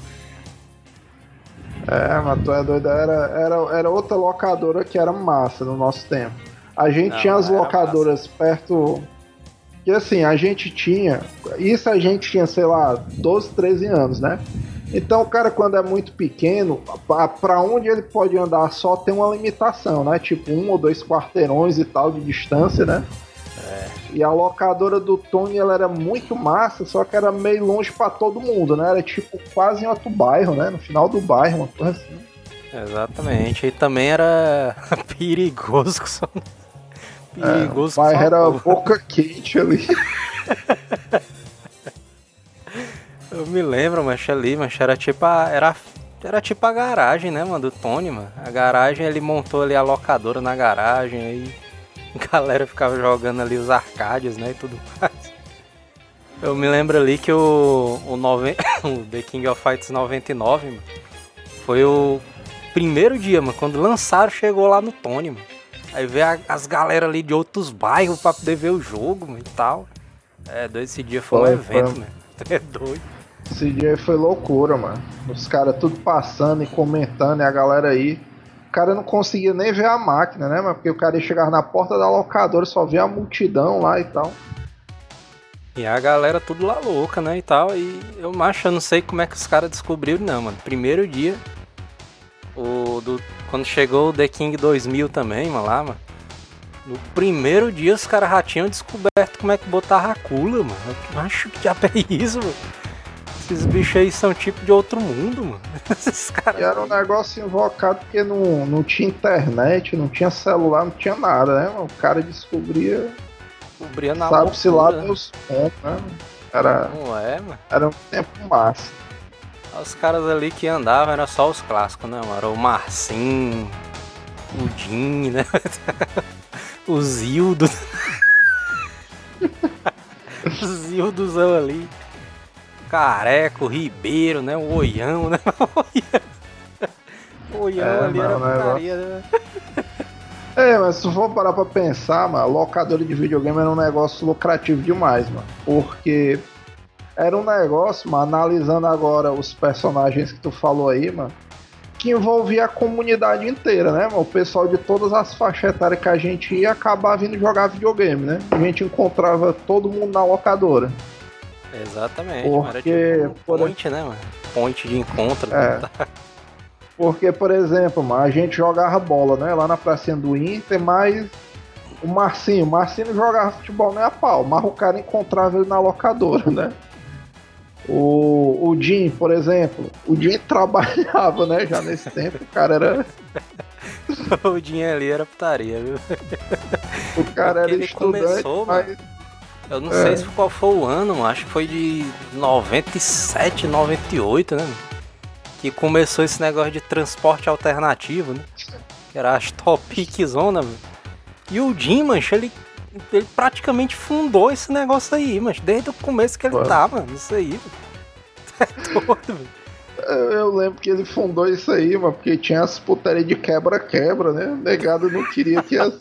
É, mas tu é doido, era, era, era outra locadora que era massa no nosso tempo. A gente Não, tinha as locadoras massa. perto... Que assim, a gente tinha... Isso a gente tinha, sei lá, doze, treze anos, né? Então o cara, quando é muito pequeno, pra onde ele pode andar só tem uma limitação, né? Tipo, um ou dois quarteirões e tal de distância, né? É. E a locadora do Tony, ela era muito massa, só que era meio longe pra todo mundo, né? Era tipo quase em outro bairro, né? No final do bairro, uma coisa assim. Exatamente. E também era perigoso que só... Perigoso é, o bairro que só era porra. boca quente ali. Eu me lembro, mas ali, mas era tipo a... Era... Era tipo a garagem, né, mano, do Tony, mano. A garagem, ele montou ali a locadora na garagem, aí a galera ficava jogando ali os arcades, né, e tudo mais. Eu me lembro ali que o, o, nove... o The King of Fighters noventa e nove, mano, foi o primeiro dia, mano, quando lançaram, chegou lá no Tony, mano. Aí veio a, as galera ali de outros bairros pra poder ver o jogo, mano, e tal. É, doido, esse dia foi, foi um evento, foi. Mano. É doido. Esse dia foi loucura, mano. Os caras tudo passando e comentando, e a galera aí. O cara não conseguia nem ver a máquina, né, mano? Porque o cara ia chegar na porta da locadora, só via a multidão lá e tal. E a galera tudo lá louca, né, e tal. E eu, macho, eu não sei como é que os caras descobriram, não, mano. Primeiro dia, o do, quando chegou o The King dois mil também, mano, lá, mano. No primeiro dia os caras já tinham descoberto como é que botava a cula, mano. Macho, que diabo é isso, mano? Esses bichos aí são tipo de outro mundo, mano. Esses caras. E era um negócio invocado porque não, não tinha internet, não tinha celular, não tinha nada, né, mano? O cara descobria. Descobria na Sabe-se lá loucura, nos pontos, né? Era, Não é, mano? era um tempo massa. Os caras ali que andavam eram só os clássicos, né, mano? Era o Marcinho, o Jim, né? O Zildo. O Zildozão ali. Careco, Ribeiro, né? O Oião, né? O Oião É, ali era mano, putaria, né? É, mas se tu for parar pra pensar, mano, locadora de videogame era um negócio lucrativo demais, mano. Porque era um negócio, mano, analisando agora os personagens que tu falou aí, mano, que envolvia a comunidade inteira, né, mano? O pessoal de todas as faixas etárias que a gente ia acabar vindo jogar videogame, né? A gente encontrava todo mundo na locadora. Exatamente, Porque, era tipo um por- point, né, mano? Point de encontro. É. né? Porque, por exemplo, mano, a gente jogava bola, né? Lá na pracinha do Inter, mas o Marcinho, o Marcinho não jogava futebol nem a pau, mas o cara encontrava ele na locadora, né? O, o Jim, por exemplo, o Jim trabalhava, né? Já nesse tempo, o cara era, O dinheiro ali era putaria, viu? o cara era Ele estudante, começou, mas Eu não É. sei se qual foi o ano, mano. Acho que foi de noventa e sete, noventa e oito, né? mano? Que começou esse negócio de transporte alternativo, né? Que era as Topic Zona, mano. E o Jim, mancho, ele, ele praticamente fundou esse negócio aí, mancho. Desde o começo que ele Ué. tá, mano. Isso aí, mano. É doido, velho. eu, eu lembro que ele fundou isso aí, mano, porque tinha as putarias de quebra-quebra, né? O negado não queria que as.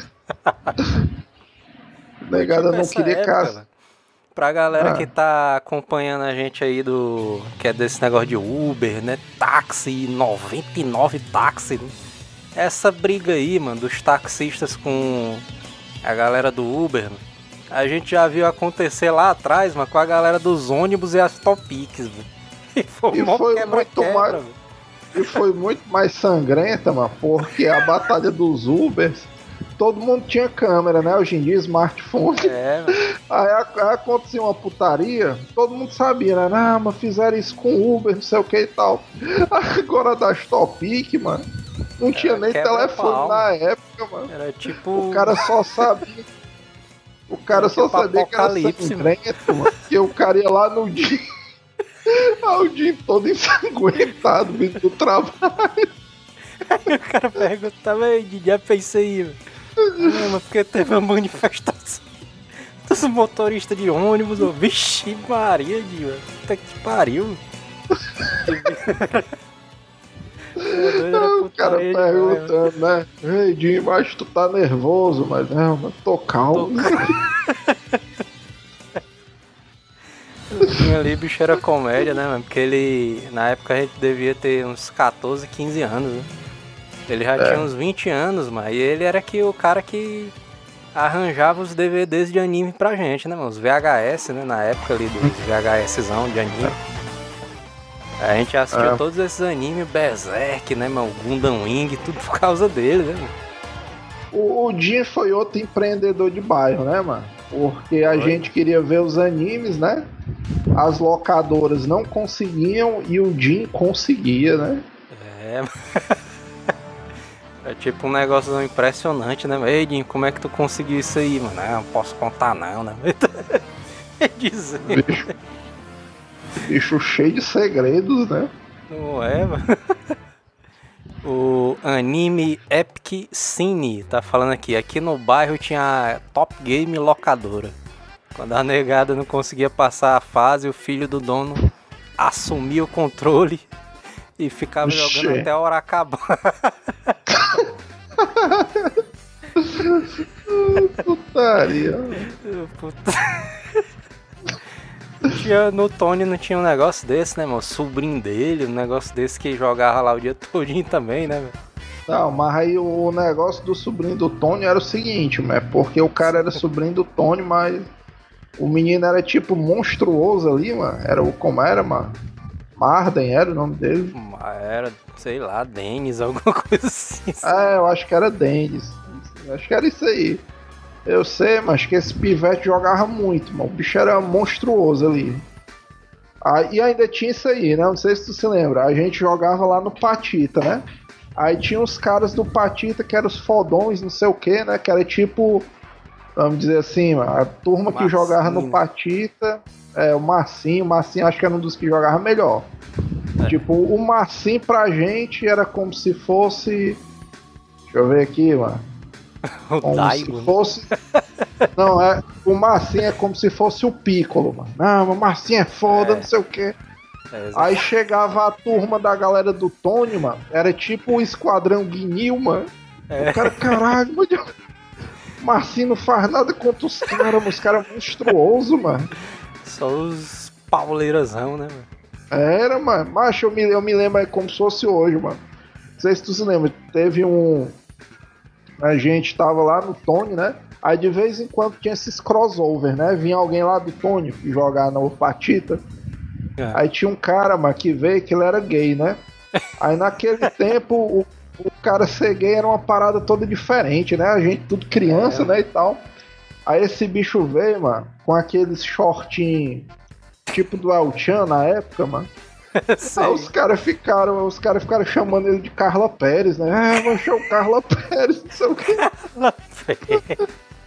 O negado Tipo não essa queria que época, as. velho. Pra galera Ah. que tá acompanhando a gente aí do. Que é desse negócio de Uber, né? Táxi, noventa e nove táxi. né? Essa briga aí, mano, dos taxistas com a galera do Uber, mano, a gente já viu acontecer lá atrás, mano, com a galera dos ônibus e as Topics, velho. E foi, E mó foi quebra-quebra, muito mais- velho. E foi muito mais sangrenta, mano, porque a batalha dos Ubers, todo mundo tinha câmera, né? Hoje em dia, smartphone. É, mano. Aí, a- aí acontecia uma putaria, todo mundo sabia, né? Ah, mas fizeram isso com Uber, não sei o que e tal. Agora das Topic, mano, não tinha nem quebra-pau. telefone na época, mano. Era tipo. O cara só sabia. O cara Era só tipo sabia que era apocalipse, sangrento, mano. Porque o cara ia lá no dia. Ah, o dia todo ensanguentado, vindo do trabalho. Aí o cara perguntava, aí, já pensei, velho. Ah, mas porque teve uma manifestação dos motoristas de ônibus, ô, vixe Maria, Dio, puta que pariu. É doido, era O cara putaria demais, mano. perguntando, né? Ei, Jim, acho que tu tá nervoso, mas não, mas tô calmo. Tinha ali, bicho, era comédia, né, mano? Porque ele, na época a gente devia ter uns catorze, quinze anos, né? Ele já É. tinha uns vinte anos, mano. E ele era que, o cara que arranjava os D V Ds de anime pra gente, né, mano? Os V H S, né? Na época ali dos VHSzão de anime. A gente assistiu É. todos esses animes, Berserk, né, mano? Gundam Wing, tudo por causa dele, né, mano? O, o Jim foi outro empreendedor de bairro, né, mano? Porque a Foi. gente queria ver os animes, né? As locadoras não conseguiam e o Jim conseguia, né? É, mano. É tipo um negócio impressionante, né? Ei, Dinho, como é que tu conseguiu isso aí, mano? Ah, não posso contar não, né? Dizer, Bicho, bicho cheio de segredos, né? não é, mano? O anime Epic Cine tá falando aqui. Aqui no bairro tinha Top Game locadora. Quando a negada não conseguia passar a fase, o filho do dono assumia o controle e ficava Oxê. jogando até a hora acabar. Putaria. Puta. Tinha, no Tony não tinha um negócio desse, né, mano? O sobrinho dele, um negócio desse que jogava lá o dia todinho também, né, velho? Não, mas aí o negócio do sobrinho do Tony era o seguinte, é porque o cara era sobrinho do Tony, mas o menino era tipo monstruoso ali, mano. Era o como era, mano? Marden era o nome dele. Era, sei lá, Denis, alguma coisa assim. É, eu acho que era Dennis. Acho que era isso aí. Eu sei, mas que esse pivete jogava muito, mano. O bicho era monstruoso ali. Aí, e ainda tinha isso aí, né? Não sei se tu se lembra. A gente jogava lá no Patita, né? Aí tinha os caras do Patita que eram os fodões, não sei o que, né? Que era tipo, vamos dizer assim, a turma que Marcinho. jogava no Patita, é, o Marcinho, o Marcinho acho que era um dos que jogava melhor. É. Tipo, o Marcinho pra gente era como se fosse. Deixa eu ver aqui, mano. O como Daigo, se fosse. Não, é. O Marcinho é como se fosse o Piccolo, mano. Não, o Marcinho é foda, é. não sei o que. É, aí chegava a turma da galera do Tony, mano. Era tipo o Esquadrão Guinil, mano. É. O cara, caralho, mano. Marcinho não faz nada contra os caras, mano. Os caras monstruosos, mano. Só os pauleirazão, né, mano? Era, mano. Macho, eu me, eu me lembro como se fosse hoje, mano. Não sei se tu se lembra. Teve um. A gente tava lá no Tony, né? Aí de vez em quando tinha esses crossover, né? Vinha alguém lá do Tony jogar no Patita. É. Aí tinha um cara, mano, que veio que ele era gay, né? Aí naquele tempo o, o cara ser gay era uma parada toda diferente, né? A gente tudo criança, é. né, e tal. Aí esse bicho veio, mano, com aqueles shortinhos tipo do El Chan na época, mano. Aí os caras ficaram, os caras ficaram chamando ele de Carla Pérez, né? Ah, vou achar o Carla Pérez, não sei o que. Carla Pérez.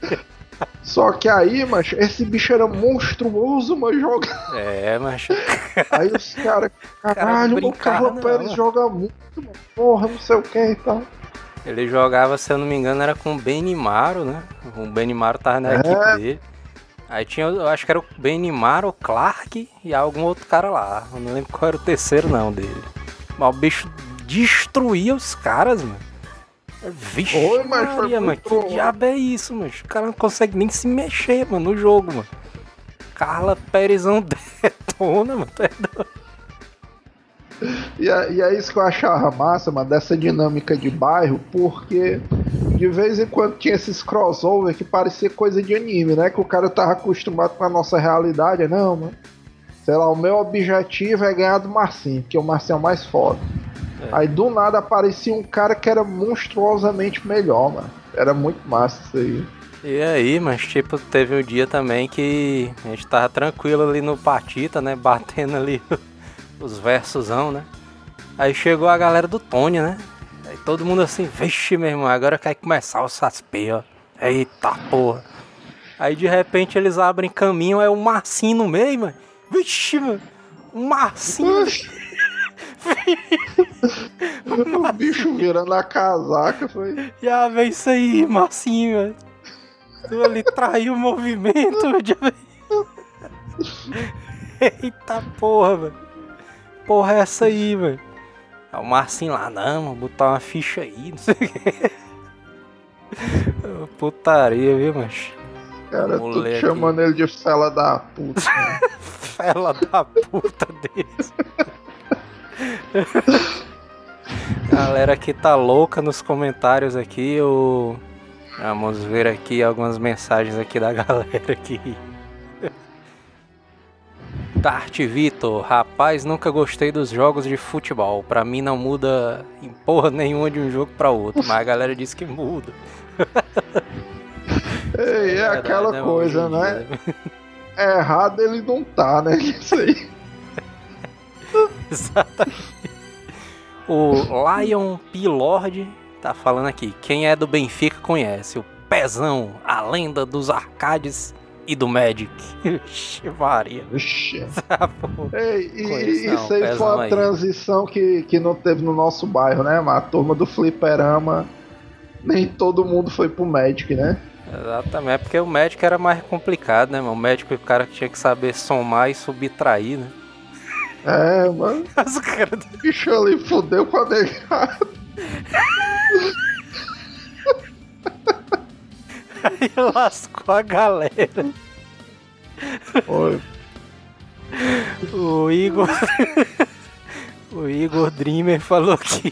Só que aí, macho, esse bicho era monstruoso, mas joga. É, macho. Aí os caras, caralho, cara o Carla não, Pérez não. joga muito, mano. Porra, não sei o que e tal. Ele jogava, se eu não me engano, era com o Benimaro, né? O Benimaro tava na é. equipe dele. Aí tinha, eu acho que era o Benimaro, o Clark e algum outro cara lá. Eu não lembro qual era o terceiro, não, dele. Mas o bicho destruía os caras, mano. Vixe, Oi, Maria, mano, que bom. Diabo é isso, mano? O cara não consegue nem se mexer, mano, no jogo, mano. Carla Pérezão detona, mano. E é, e é isso que eu achava massa, mano, dessa dinâmica de bairro, porque de vez em quando tinha esses crossover que parecia coisa de anime, né? Que o cara tava acostumado com a nossa realidade. Não, mano. Sei lá, o meu objetivo é ganhar do Marcinho, porque o Marcinho é o mais foda. É. Aí do nada aparecia um cara que era monstruosamente melhor, mano. Era muito massa isso aí. E aí, mas tipo, teve um dia também que a gente tava tranquilo ali no Patita, né? Batendo ali os versosão, né? Aí chegou a galera do Tony, né? Aí todo mundo assim, vixe, meu irmão, agora quer começar o Saspe, ó. Eita porra. Aí de repente eles abrem caminho, é o Marcinho no meio, mano. Vixe, mano. Um Marcinho. O bicho virando a casaca, foi. Já vê isso aí, Marcinho, velho. Tu ali traiu o movimento, já Eita porra, velho. Porra é essa aí, velho. O Marcinho lá, não, mano, botar uma ficha aí, não sei o que. Putaria, viu, macho? Cara, tô chamando ele de fela da puta. Fela da puta desse. Galera aqui tá louca nos comentários aqui. Eu... Vamos ver aqui algumas mensagens aqui da galera aqui. Dart Vitor, rapaz, nunca gostei dos jogos de futebol. Pra mim não muda em porra nenhuma de um jogo pra outro, mas a galera diz que muda. Ei, é, é aquela verdade, coisa, né? É errado ele não tá, né? Isso aí. Exatamente. O Lion P. Lord tá falando aqui. Quem é do Benfica conhece. O Pezão, a lenda dos arcades e do Magic. Ixi, Maria. Ixi. Ei, e, isso aí foi uma aí. transição que, que não teve no nosso bairro, né? A turma do Fliperama, nem todo mundo foi pro Magic, né? Exatamente, é porque o Magic era mais complicado, né, mano? O Magic o cara tinha que saber somar e subtrair, né? É, mano. Os caras... O bicho ali fudeu com a negada. Aí lascou a galera. Oi. O Igor... o Igor Dreamer falou que...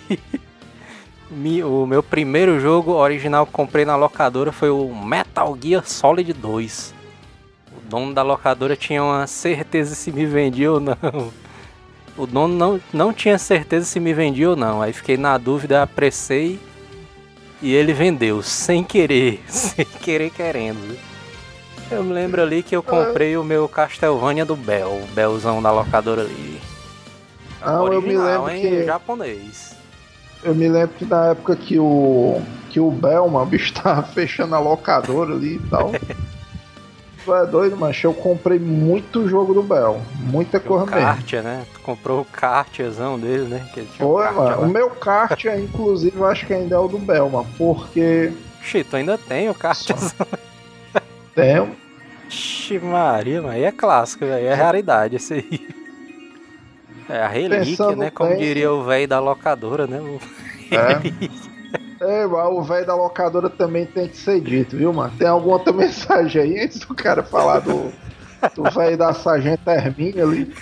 o meu primeiro jogo original que comprei na locadora foi o Metal Gear Solid dois. O dono da locadora tinha uma certeza se me vendia ou não. O dono não, não tinha certeza se me vendia ou não. Aí fiquei na dúvida, apressei e ele vendeu, sem querer, sem querer querendo. Eu me lembro ali que eu comprei é. o meu Castlevania do Bel, o Belzão da locadora ali. Ah, original, eu me lembro hein? que... japonês. Eu me lembro que na época que o que o Bel, mano, o bicho tava fechando a locadora ali e tal. Tu é doido, macho? Eu comprei muito jogo do Bel. Muita coisa mesmo. Kart, né? Tu comprou o kartzão dele, né? Que ele tinha Foi, um mano. O meu kart, inclusive, eu acho que ainda é o do Bel, mano. Porque... Xi, tu ainda tem o kartzão. Tenho. Ixi, Maria, mano. Aí é clássico, velho. É raridade esse aí. É a relíquia, Pensando né? Como bem... diria o velho da locadora, né? É. É, o velho da locadora também tem que ser dito, viu, mano? Tem alguma outra mensagem aí antes do cara falar do do velho da Sargento Hermínia ali?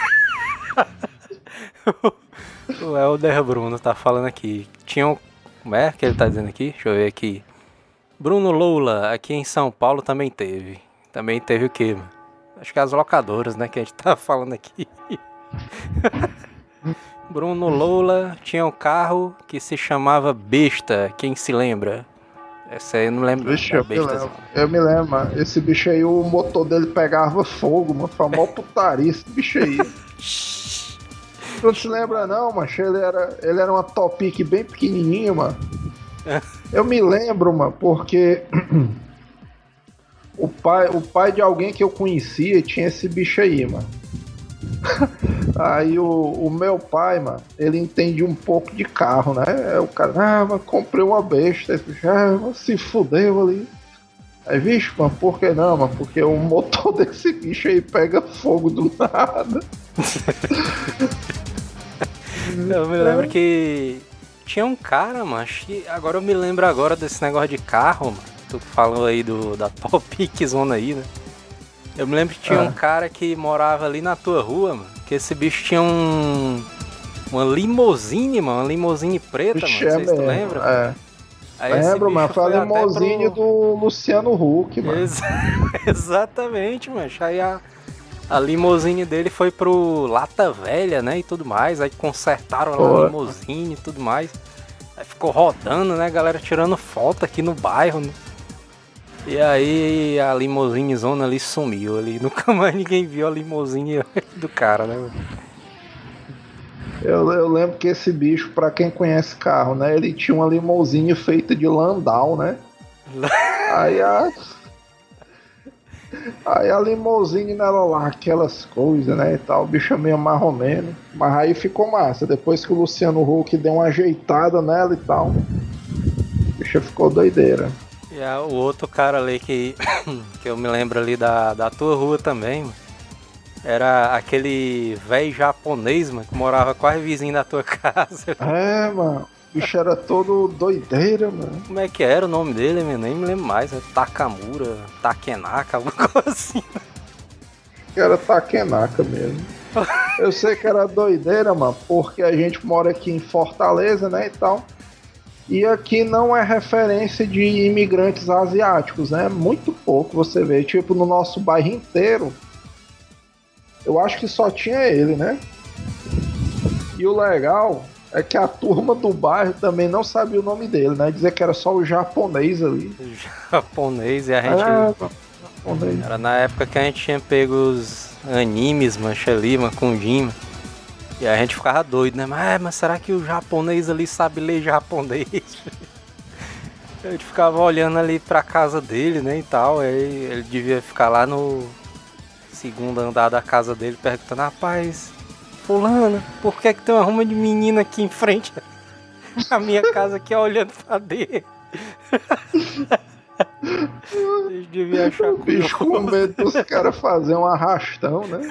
O Helder Bruno tá falando aqui. Tinha um... Como é que ele tá dizendo aqui? Deixa eu ver aqui. Bruno Lula, aqui em São Paulo também teve. Também teve o quê, mano? Acho que as locadoras, né? Que a gente tá falando aqui. Bruno Lola tinha um carro que se chamava Besta, quem se lembra? Essa aí eu não lembro. Vixe, eu, Besta, me lembro. eu me lembro, mano. Esse bicho aí, o motor dele pegava fogo, mano. Foi mó putaria esse bicho aí. Tu não se lembra não, mano? Ele era, ele era uma Topic bem pequenininha, mano. Eu me lembro, mano, porque o pai, o pai de alguém que eu conhecia tinha esse bicho aí, mano. Aí o, o meu pai, mano, ele entende um pouco de carro, né? Aí o cara, ah, mas comprei uma besta. Aí, ah, mas se fudeu ali. Aí, bicho, mano, por que não, mano? Porque o motor desse bicho aí pega fogo do nada. Eu me lembro que tinha um cara, mano, que agora eu me lembro agora desse negócio de carro, mano. Tu falou aí do, da Topic Zona aí, né? Eu me lembro que tinha ah. um cara que morava ali na tua rua, mano, que esse bicho tinha um... uma limousine, mano, uma limousine preta, Vixe, mano, não sei é se tu lembra. É. Aí lembro, mano, foi a limousine pro... do Luciano Huck, mano. Ex- Exatamente, mano, aí a, a limousine dele foi pro Lata Velha, né, e tudo mais, aí consertaram lá a limousine e tudo mais. Aí ficou rodando, né, galera tirando foto aqui no bairro, né? E aí a limousine zona ali sumiu ali. Nunca mais ninguém viu a limousine do cara, né? Eu, eu lembro que esse bicho, pra quem conhece carro, né? Ele tinha uma limousine feita de Landau, né? Aí a... Aí a limousine não era lá aquelas coisas, né? E tal, o bicho é meio marromeno. Mas aí ficou massa. Depois que o Luciano Huck deu uma ajeitada nela e tal, o bicho ficou doideira. E a, o outro cara ali que, que eu me lembro ali da, da tua rua também, mano, era aquele velho japonês, mano, que morava quase vizinho da tua casa. É, mano, o bicho era todo doideira, mano. Como é que era o nome dele, mano? Nem me lembro mais, né? Takamura, Takenaka, alguma coisa assim. Era Takenaka mesmo. Eu sei que era doideira, mano, porque a gente mora aqui em Fortaleza, né, e tal. E aqui não é referência de imigrantes asiáticos, né? Muito pouco você vê. Tipo, no nosso bairro inteiro, eu acho que só tinha ele, né? E o legal é que a turma do bairro também não sabia o nome dele, né? Dizer que era só o japonês ali. O japonês, e a gente... É, japonês. Era na época que a gente tinha pego os animes, mancha ali, mano, com Jima. E a gente ficava doido, né? Mas, mas será que o japonês ali sabe ler japonês? A gente ficava olhando ali pra casa dele, né, e tal. Aí ele devia ficar lá no segundo andar da casa dele perguntando: rapaz, fulano, por que é que tem uma ruma de menina aqui em frente à minha casa aqui olhando pra dele? Eles deviam achar o bicho com medo dos caras fazerem um arrastão, né?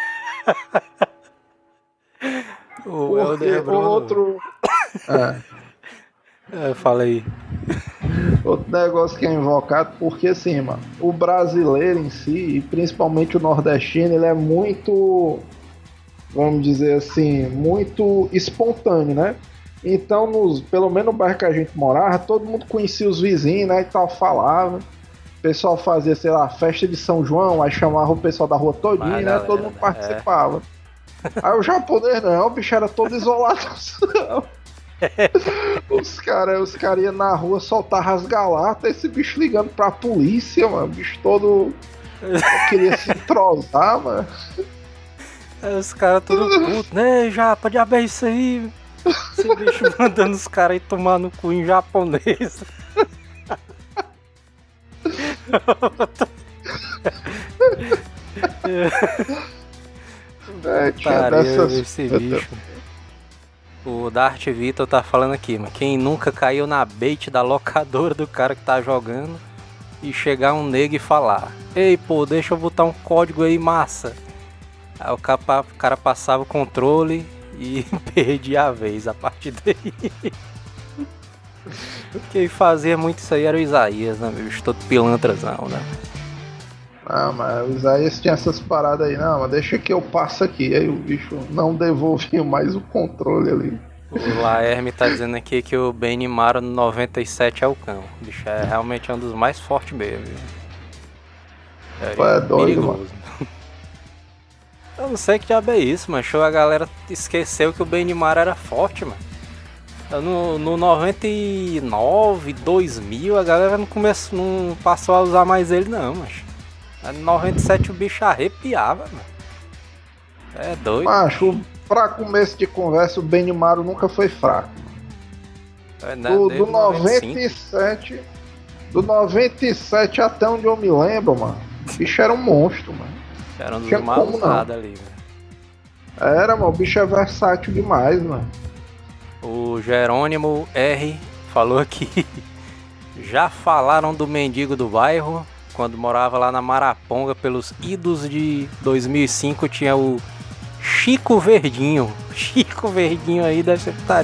O Helder Bruno. Outro. É. É, fala aí. Outro negócio que é invocado, porque assim, mano, o brasileiro em si, e principalmente o nordestino, ele é muito, vamos dizer assim, muito espontâneo, né? Então, nos, pelo menos no bairro que a gente morava, todo mundo conhecia os vizinhos, né, e tal, falava. O pessoal fazia, sei lá, festa de São João, aí chamava o pessoal da rua todinha, né, galera, todo mundo participava. É. Aí o japonês não, o bicho era todo isolado. Os caras os cara iam na rua soltar rasgalatas, esse bicho ligando pra polícia, mano. O bicho todo Eu queria se entrosar, mano. Aí os caras tudo putos, né? Japa, diabo é isso aí. Esse bicho mandando os caras ir tomar no cu em japonês. É, tinha Putaria, dessas... esse bicho. O Dart Vitor tá falando aqui, mas quem nunca caiu na bait da locadora do cara que tá jogando e chegar um nego e falar: ei, pô, deixa eu botar um código aí, massa. Aí o cara, o cara passava o controle e perdia a vez a partir daí. Quem fazia muito isso aí era o Isaías, né, bicho? Todo pilantrazão, né? Ah, mas o Isaías tinha essas paradas aí, não, mas deixa que eu passo aqui. Aí o bicho não devolvia mais o controle ali. O Laerme tá dizendo aqui que o Benimaro no noventa e sete é o cão. O bicho é realmente um dos mais fortes mesmo, viu? É, Pô, é doido, mano. Eu não sei que diabo é isso, mas a galera esqueceu que o Benimaro era forte, mano. No, no noventa e nove, dois mil, a galera não, começou, não passou a usar mais ele não, mas no noventa e sete o bicho arrepiava, mano. É doido. Macho, pra começo de conversa, o Benimaro nunca foi fraco. É, né, do, do noventa e sete, do noventa e sete até onde eu me lembro, mano, o bicho era um monstro, mano. Era um dos mais usados ali, velho. Era, mano, o bicho é versátil demais, mano. O Jerônimo R falou aqui. Já falaram do mendigo do bairro? Quando morava lá na Maraponga, pelos idos de dois mil e cinco, tinha o Chico Verdinho. Chico Verdinho aí deve ser putaria.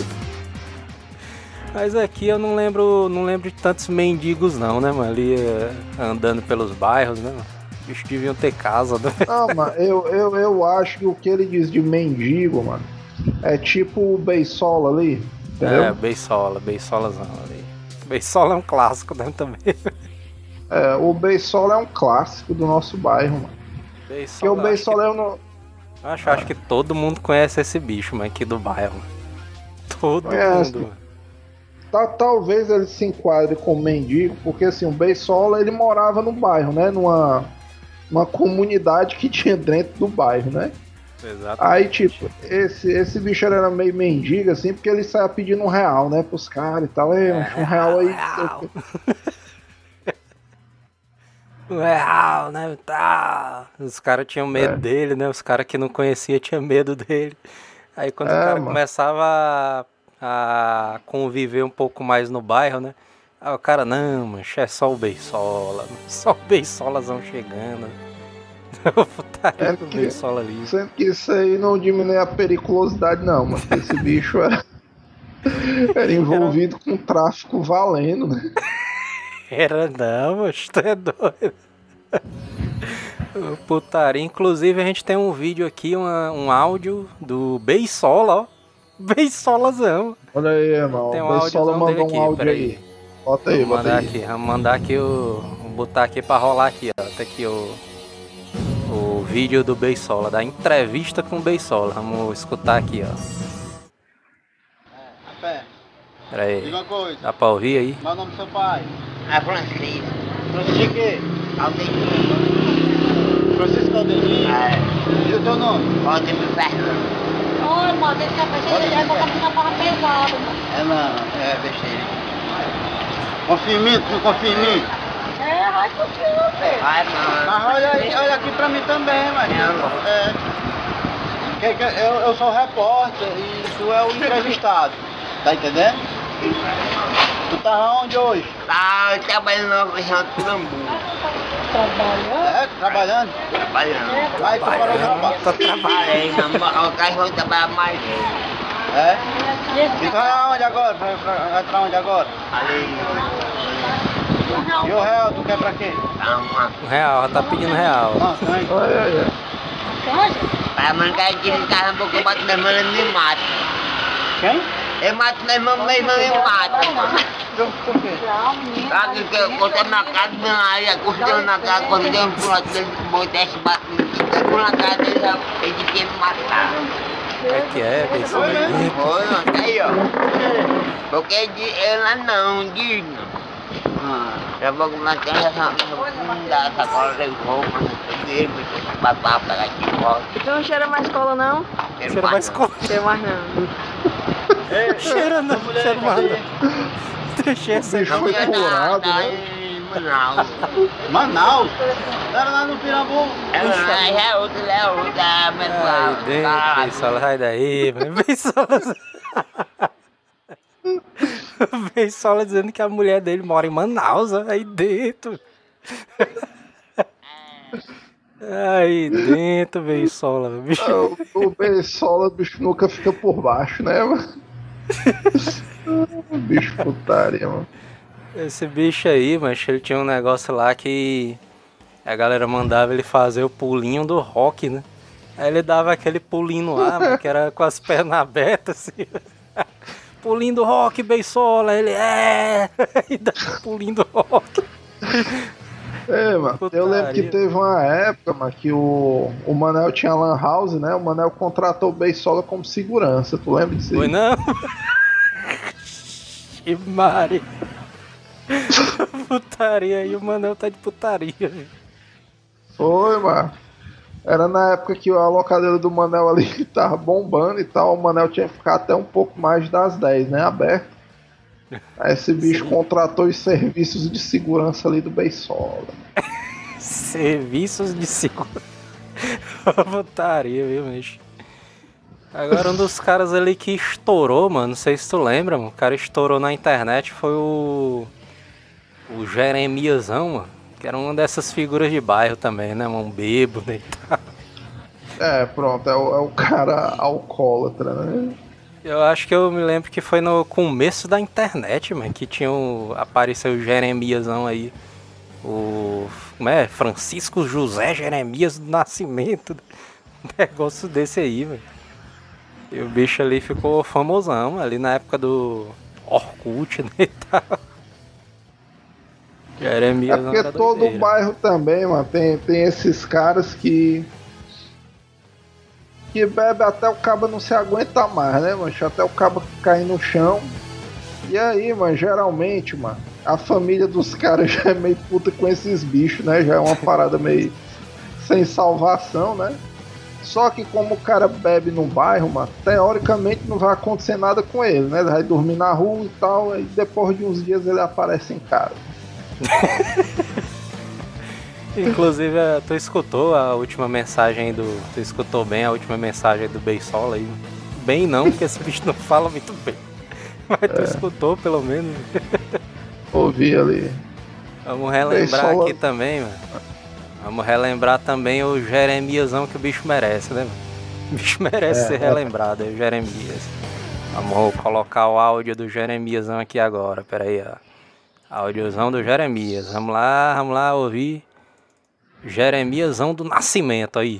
Mas aqui eu não lembro, não lembro de tantos mendigos não, né, mano? Ali andando pelos bairros, né, mano? Bicho deviam ter casa, né? Não, mano, eu, eu, eu acho que o que ele diz de mendigo, mano, é tipo o Beisola ali, entendeu? É, Beisola, Beisolazão ali. Beisola é um clássico, né, também. É, o Beisola é um clássico do nosso bairro, mano. Beisola, Porque o Beisola que... é no... Acho, ah. acho que todo mundo conhece esse bicho, mano, aqui do bairro. Todo conhece. mundo. Tá, talvez ele se enquadre como mendigo, porque assim, o Beisola, ele morava no bairro, né? Numa... uma comunidade que tinha dentro do bairro, né? Exatamente. Aí, tipo, esse, esse bicho era meio mendigo, assim, porque ele saia pedindo um real, né, pros caras e tal. Ei, é, um real aí. Real. Um real, né? Tá. Os caras tinham medo é. dele, né? Os caras que não conheciam tinham medo dele. Aí quando é, o cara mano. começava a, a conviver um pouco mais no bairro, né? Aí o cara, não, mancha, é só o Beisola, só o Beisolazão chegando. Putaria do Beisola ali. Sendo que isso aí não diminui a periculosidade, não, mano. Esse bicho era, era envolvido era... com tráfico valendo, né? Era não, mas tu é doido. Putaria. Inclusive a gente tem um vídeo aqui, uma, um áudio do Beisola, ó. Beisolazão. Olha aí, irmão. Tem um Beisola mandou aqui, um áudio aí. aí. Bota aí, vamos bota mandar aí. aqui, vamos mandar aqui o. Vamos botar aqui pra rolar aqui, ó. Tá aqui o. O vídeo do Beisola, da entrevista com o Beisola. Vamos escutar aqui, ó. É, a pé. Pera aí. Diga uma coisa. Dá pra ouvir aí? Qual é o nome do seu pai? É Francisco. Francisco quê? Aldenir. Francisco Aldenir? É. E o teu nome? Valdemir Fernando. Oi, mano, ele tá fazendo ele vai botar na barra pesada, mano. É não, é besteira. Confia em mim, tu não confia em mim? É, vai continuar, filho. Vai, mano. Mas olha, aí, olha aqui pra mim também, Maria. É. Que, que, eu, eu sou o repórter e tu é o entrevistado. Tá entendendo? Tu tá onde hoje? Tá trabalhando na região do Turambu. Trabalhando? É, trabalhando? Trabalhando. Vai, tu parou de trabalhar. Tô trabalhando, o cara vai trabalhar mais. É? E tu vai onde agora? Vai pra, vai pra onde agora? Ali. E o real, tu quer pra quê? Calma. Um real, ela tá pedindo real. Nossa, hein? Olha aí. Para mancar aqui em casa, porque eu bato minha irmã e me mata. Quem? Eu mato minha irmã, minha irmã me mata, mano. Por quê? Sabe que eu botei na casa da minha área, construiu na casa, quando deu um pulo dele, botei esse batendo, eu na casa dele, ele quer me matar. É que é, Beisola? Foi, não, tá aí, ó. Porque ele não, não, diz não. Ah. Eu vou começar essa bunda, essa cola de roupa, primeiro, porque babá para aqui fora. Não cheira mais cola, não? Cheira mais cola. Cheira mais não. Cheira não, cheira mais não. Deixei essa Bicho foi curado, né? Em Manaus. Manaus? Era lá no Pirambu. É, é outra, é outra, Aí dentro, Beisola, sai daí, Beisola. Beisola dizendo que a mulher dele mora em Manaus, aí dentro. Aí dentro, Beisola, bicho. O, o Beisola, bicho, nunca fica por baixo, né, mano? Bicho putaria, mano. Esse bicho aí, mas ele tinha um negócio lá que a galera mandava ele fazer o pulinho do rock, né? Aí ele dava aquele pulinho no ar, mas que era com as pernas abertas, assim. Pulinho do rock, Beisola, ele é! E dava pulinho do rock. É, mano, Putaria. eu lembro que teve uma época, mano, que o, o Manel tinha lan house, né? O Manel contratou o Beisola como segurança, tu lembra disso aí? Foi não? Que Mari. Putaria aí, o Manel tá de putaria. Viu? Foi, mano. Era na época que a locadora do Manel ali tava bombando e tal. O Manel tinha que ficar até um pouco mais das dez, né? Aberto. Aí esse bicho Sim. contratou os serviços de segurança ali do Beisola. Serviços de segurança. Putaria, viu, bicho? Agora um dos caras ali que estourou, mano, não sei se tu lembra, mano, o cara estourou na internet foi o... o Jeremiasão, mano, que era uma dessas figuras de bairro também, né, mano, um bêbado e tal. É, pronto, é o, é o cara alcoólatra, né? Eu acho que eu me lembro que foi no começo da internet, mano, que tinha o... apareceu o Jeremiasão aí, o... como é? Francisco José Jeremias do Nascimento, um negócio desse aí, velho. E o bicho ali ficou famosão, ali na época do Orkut, né, e tal. Jeremias é porque todo o bairro também, mano, tem, tem esses caras que... que bebe até o cabo não se aguenta mais, né, mano? Até o cabo cair no chão. E aí, mano, geralmente, mano, a família dos caras já é meio puta com esses bichos, né? Já é uma parada meio sem salvação, né? Só que como o cara bebe no bairro, mano, teoricamente não vai acontecer nada com ele, né? Ele vai dormir na rua e tal, e depois de uns dias ele aparece em casa. Inclusive, tu escutou a última mensagem do... Tu escutou bem a última mensagem do Beisola aí? Bem não, porque esse bicho não fala muito bem. Mas tu é. escutou, pelo menos. Ouvi ali. Vamos relembrar Beisola... aqui também, mano. Vamos relembrar também o Jeremiasão que o bicho merece, né, mano? O bicho merece é, ser relembrado, é o Jeremias. Vamos colocar o áudio do Jeremiasão aqui agora, pera aí, ó. Áudiozão do Jeremias. Vamos lá, vamos lá ouvir. Jeremiasão do Nascimento aí.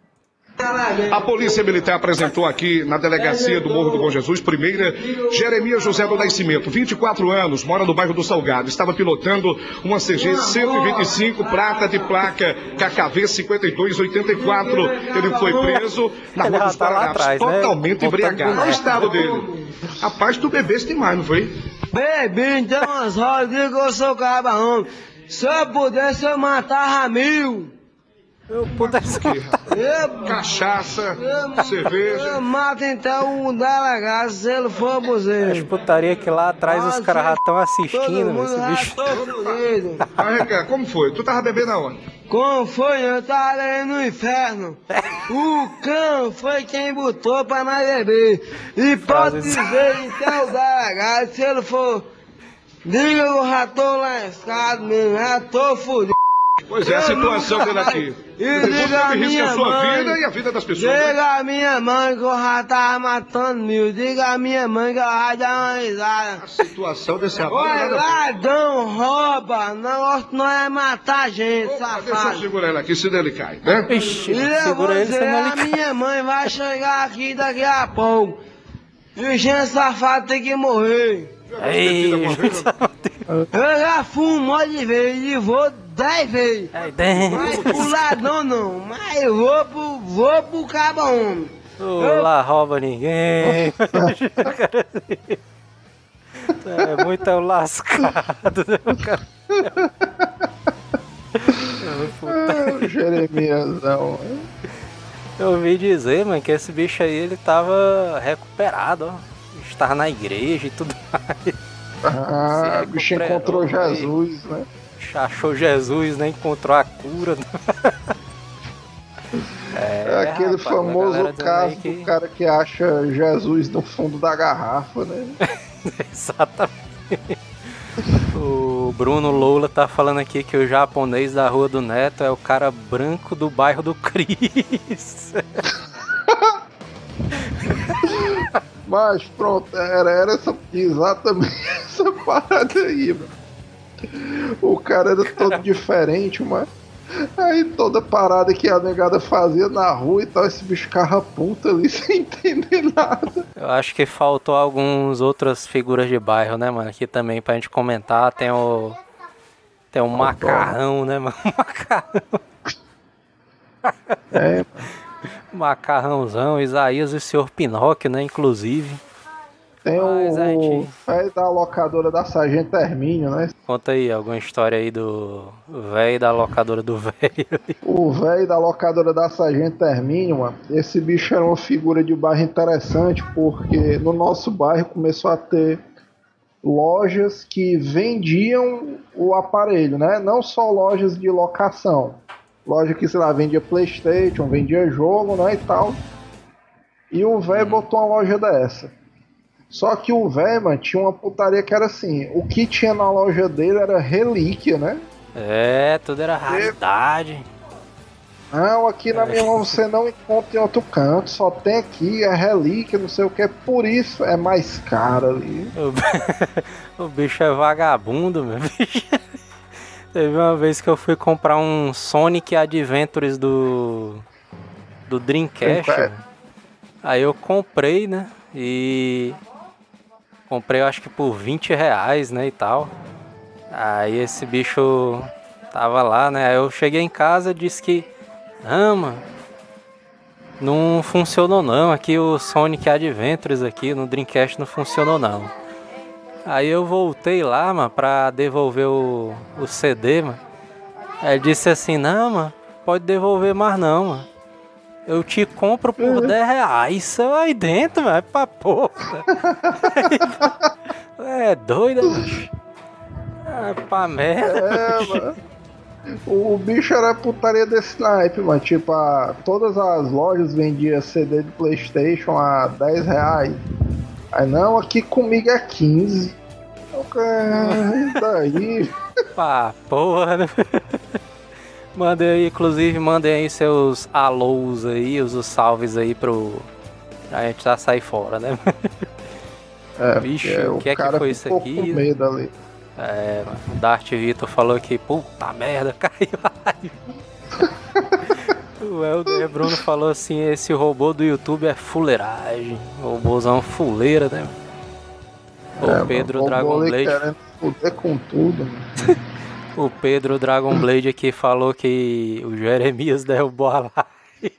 A Polícia Militar apresentou aqui na delegacia do Morro do Bom Jesus, primeira, Jeremias José do Nascimento, vinte e quatro anos, mora no bairro do Salgado. Estava pilotando uma C G cento e vinte e cinco, prata de placa K K V cinquenta e dois oitenta e quatro. Ele foi preso na Rua dos Paranapas, totalmente embriagado. Olha o estado dele. Rapaz, tu bebeste demais, não foi? Bebi, então as rodas, digo que eu sou cabarão. Se eu pudesse, eu matava mil. Eu pudesse matar. Eu, Cachaça, eu, cerveja. Eu mato então um delegado se ele for buzeiro. As putaria que lá atrás os caras já estão assistindo, esse bicho. Mas, como foi? Tu tava bebendo aonde? Como foi? Eu tava ali no inferno. O cão foi quem botou pra nós beber. E pode dizer então o delegado, se ele for... Diga que eu já tô lascado mesmo, já tô fudido. Pois é, a situação dele aqui. E diga a minha a sua mãe, vida e a vida das pessoas. Diga né? a minha mãe que eu já tava matando mil. Diga a minha mãe que eu já dei uma risada. A situação desse rapaz... Oi, ladrão, rouba. Negócio não é matar gente, Opa, safado. deixa eu segurar ele aqui, senão ele cai, né? Ixi, E eu segura vou ele, dizer, senão a ele cai. minha mãe vai chegar aqui daqui a pouco. E o gente safado tem que morrer. Ei, eu já fumo um monte de vezes e vou dez vezes. Mas pro ladrão não, mas eu vou pro, vou pro cabo homem. Oh, eu... Lá rouba ninguém. É muito lascado, né, cara? Ah, Jeremiasão. Eu ouvi dizer, mano, que esse bicho aí, ele tava recuperado, ó. Estava na igreja e tudo mais. Ah, o bicho encontrou Jesus, né? Achou Jesus, né? Encontrou a cura. É, é aquele rapaz, famoso caso que... do cara que acha Jesus no fundo da garrafa, né? Exatamente. O Bruno Loula tá falando aqui que o japonês da Rua do Neto é o cara branco do bairro do Cris. Mas pronto, era, era essa, exatamente essa parada aí, mano. O cara era todo diferente, mas aí toda parada que a negada fazia na rua e tal, esse bicho ficava puta ali sem entender nada. Eu acho que faltou algumas outras figuras de bairro, né, mano? Aqui também pra gente comentar, tem o... Tem o Macarrão, né, mano? Macarrão. É, mano. Macarrãozão, Isaías e o senhor Pinóquio, né, inclusive. Tem Mas, o gente... velho da locadora da Sargento Hermínio, né? Conta aí alguma história aí do velho da locadora do velho. O velho da locadora da Sargento Hermínio, mano, esse bicho era uma figura de bairro interessante, porque no nosso bairro começou a ter lojas que vendiam o aparelho, né? Não só lojas de locação. Loja que, sei lá, vendia PlayStation, vendia jogo, né, e tal. E o velho uhum. botou uma loja dessa. Só que o velho, mano, tinha uma putaria que era assim, o que tinha na loja dele era relíquia, né? É, tudo era raridade. Não, aqui na minha mão você não encontra em outro canto, só tem aqui, é relíquia, não sei o que, por isso é mais caro ali. O, o bicho é vagabundo, meu bicho. Teve uma vez que eu fui comprar um Sonic Adventures do do Dreamcast. É. Aí eu comprei, né? E comprei, eu acho que por vinte reais, né? E tal. Aí esse bicho tava lá, né? Aí eu cheguei em casa e disse que não, mano, não funcionou não. Aqui o Sonic Adventures aqui no Dreamcast não funcionou não. Aí eu voltei lá, mano, pra devolver o, o C D, mano. Aí ele disse assim, não, mano, pode devolver mais não, mano. Eu te compro por uhum. dez reais. Isso aí dentro, mano, é pra porra. É doido, bicho. É pra merda. É, mano. O, o bicho era putaria desse naipe, mano. Tipo, a, todas as lojas vendiam C D de PlayStation a dez reais. Aí não, aqui comigo é quinze. Daí. Pá, porra, né? Mandem aí, inclusive, mandem aí seus alôs aí, os, os salves aí pro. A gente já sair fora, né? É, bicho, o que é que foi isso aqui? Com medo ali. É, o Darth Vitor falou que, puta merda, caiu a live. O Helder Bruno falou assim, esse robô do YouTube é fuleiragem. Robôzão fuleira, né? É, o Pedro mano, Dragon Blade querendo fuder com tudo, mano. O Pedro Dragon Blade aqui falou que o Jeremias derrubou a live.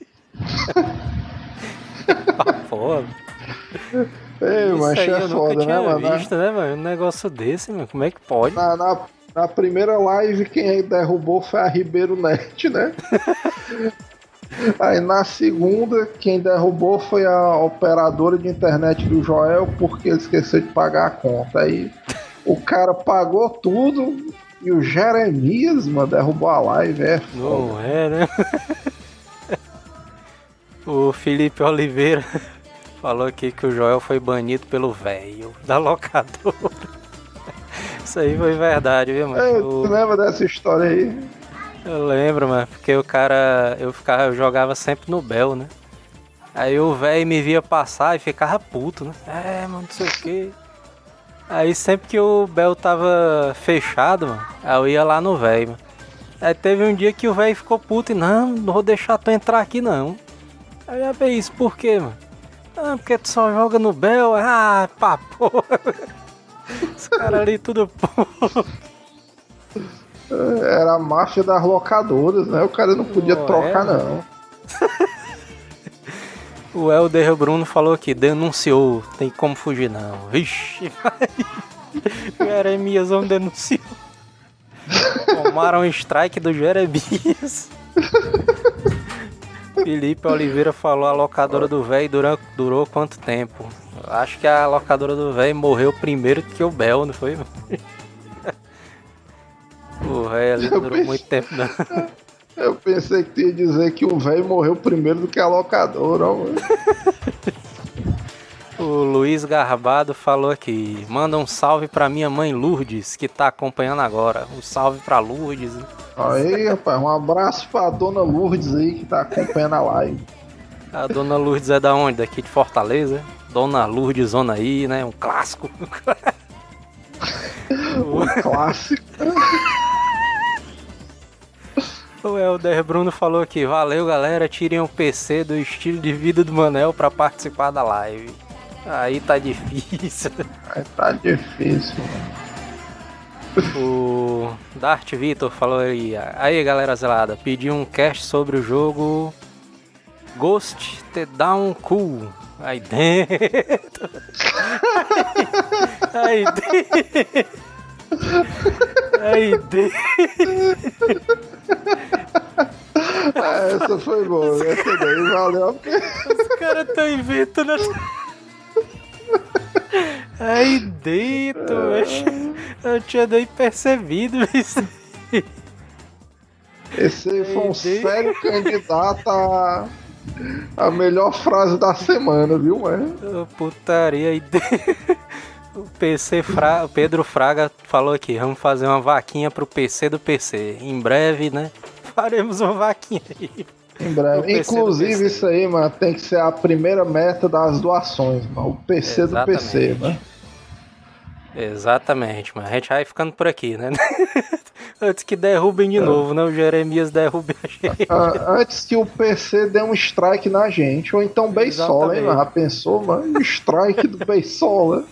Ah, foda. Ei, mas é eu foda, nunca tinha né, mano? visto, né, mano? Um negócio desse, mano. Como é que pode? Na, na, na primeira live, quem derrubou foi a Ribeiro Net, né? Aí na segunda, quem derrubou foi a operadora de internet do Joel, porque ele esqueceu de pagar a conta. Aí o cara pagou tudo e o Jeremias, mano, derrubou a live. É foda. Não é, né? O Felipe Oliveira falou aqui que o Joel foi banido pelo velho da locadora. Isso aí foi verdade, viu, mano? É, tu lembra dessa história aí? Eu lembro, mano, porque o cara, eu ficava, eu jogava sempre no Bel, né? Aí o velho me via passar e ficava puto, né? É, mano, não sei o quê. Aí sempre que o Bel tava fechado, mano, aí eu ia lá no velho, mano. Aí teve um dia que o velho ficou puto e não, não vou deixar tu entrar aqui não. Aí eu falei, isso por quê, mano? Ah, porque tu só joga no Bel. Ah, pá, porra. Os caras ali tudo porra. Era a máfia das locadoras, né? O cara não podia oh, trocar, é, não. O Helder Bruno falou que denunciou, tem como fugir não. Vixe, o Jeremias não denunciou. Tomaram um strike do Jeremias. Felipe Oliveira falou: a locadora do velho durou, durou quanto tempo? Acho que a locadora do velho morreu primeiro que o Bel, não foi? O velho ali não durou pensei, muito tempo, não. Eu pensei que tu ia dizer que o velho morreu primeiro do que a locadora, ó. O Luiz Garbado falou aqui: manda um salve pra minha mãe Lourdes, que tá acompanhando agora. Um salve pra Lourdes. Aí, rapaz, um abraço pra dona Lourdes aí que tá acompanhando a live. A dona Lourdes é da onde? Daqui de Fortaleza? Dona Lourdes Zona aí, né? Um clássico. Um clássico. O Helder Bruno falou aqui: valeu galera, tirem o P C do estilo de vida do Manel pra participar da live. Aí tá difícil. Aí tá difícil, mano. O Dart Vitor falou aí: aí galera zelada, pedi um cast sobre o jogo Ghost The Down Cool. Aí dentro. Aí dentro. Aí dentro. Ah, essa foi boa, essa daí valeu. Os caras tão inventando. Aí dentro, eu não tinha nem percebido isso. Esse aí foi um sério candidato a, a melhor frase da semana, viu, mano? Putaria aí dentro. O P C Fra... o Pedro Fraga falou aqui: vamos fazer uma vaquinha pro P C do P C. Em breve, né? Faremos uma vaquinha aí. Em breve. Inclusive, isso aí, mano, tem que ser a primeira meta das doações, mano. O P C Exatamente. do P C, mano. Exatamente, mano. A gente vai ficando por aqui, né? Antes que derrubem de é. novo, né? O Jeremias derrube a gente. Ah, antes que o P C dê um strike na gente. Ou então Beisola, hein, mano? Já pensou, mano? O strike do Beisola.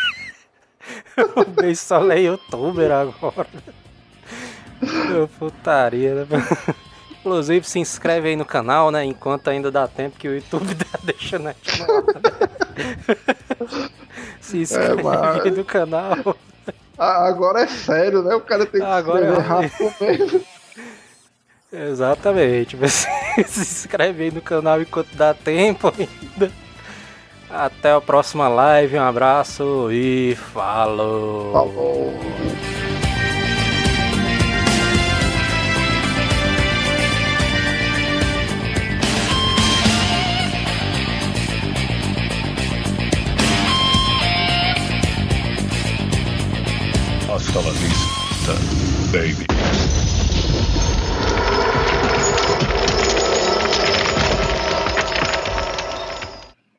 O Beisola é youtuber agora. Meu putaria, né? Inclusive, se inscreve aí no canal, né? Enquanto ainda dá tempo que o YouTube tá deixando a gente lá, né? Se inscreve é, mas... aí no canal. Agora é sério, né? O cara tem que agora se inscrever rápido mesmo. Exatamente. Você se inscreve aí no canal enquanto dá tempo ainda. Até a próxima live. Um abraço e falou! Falou! Hasta la vista, baby.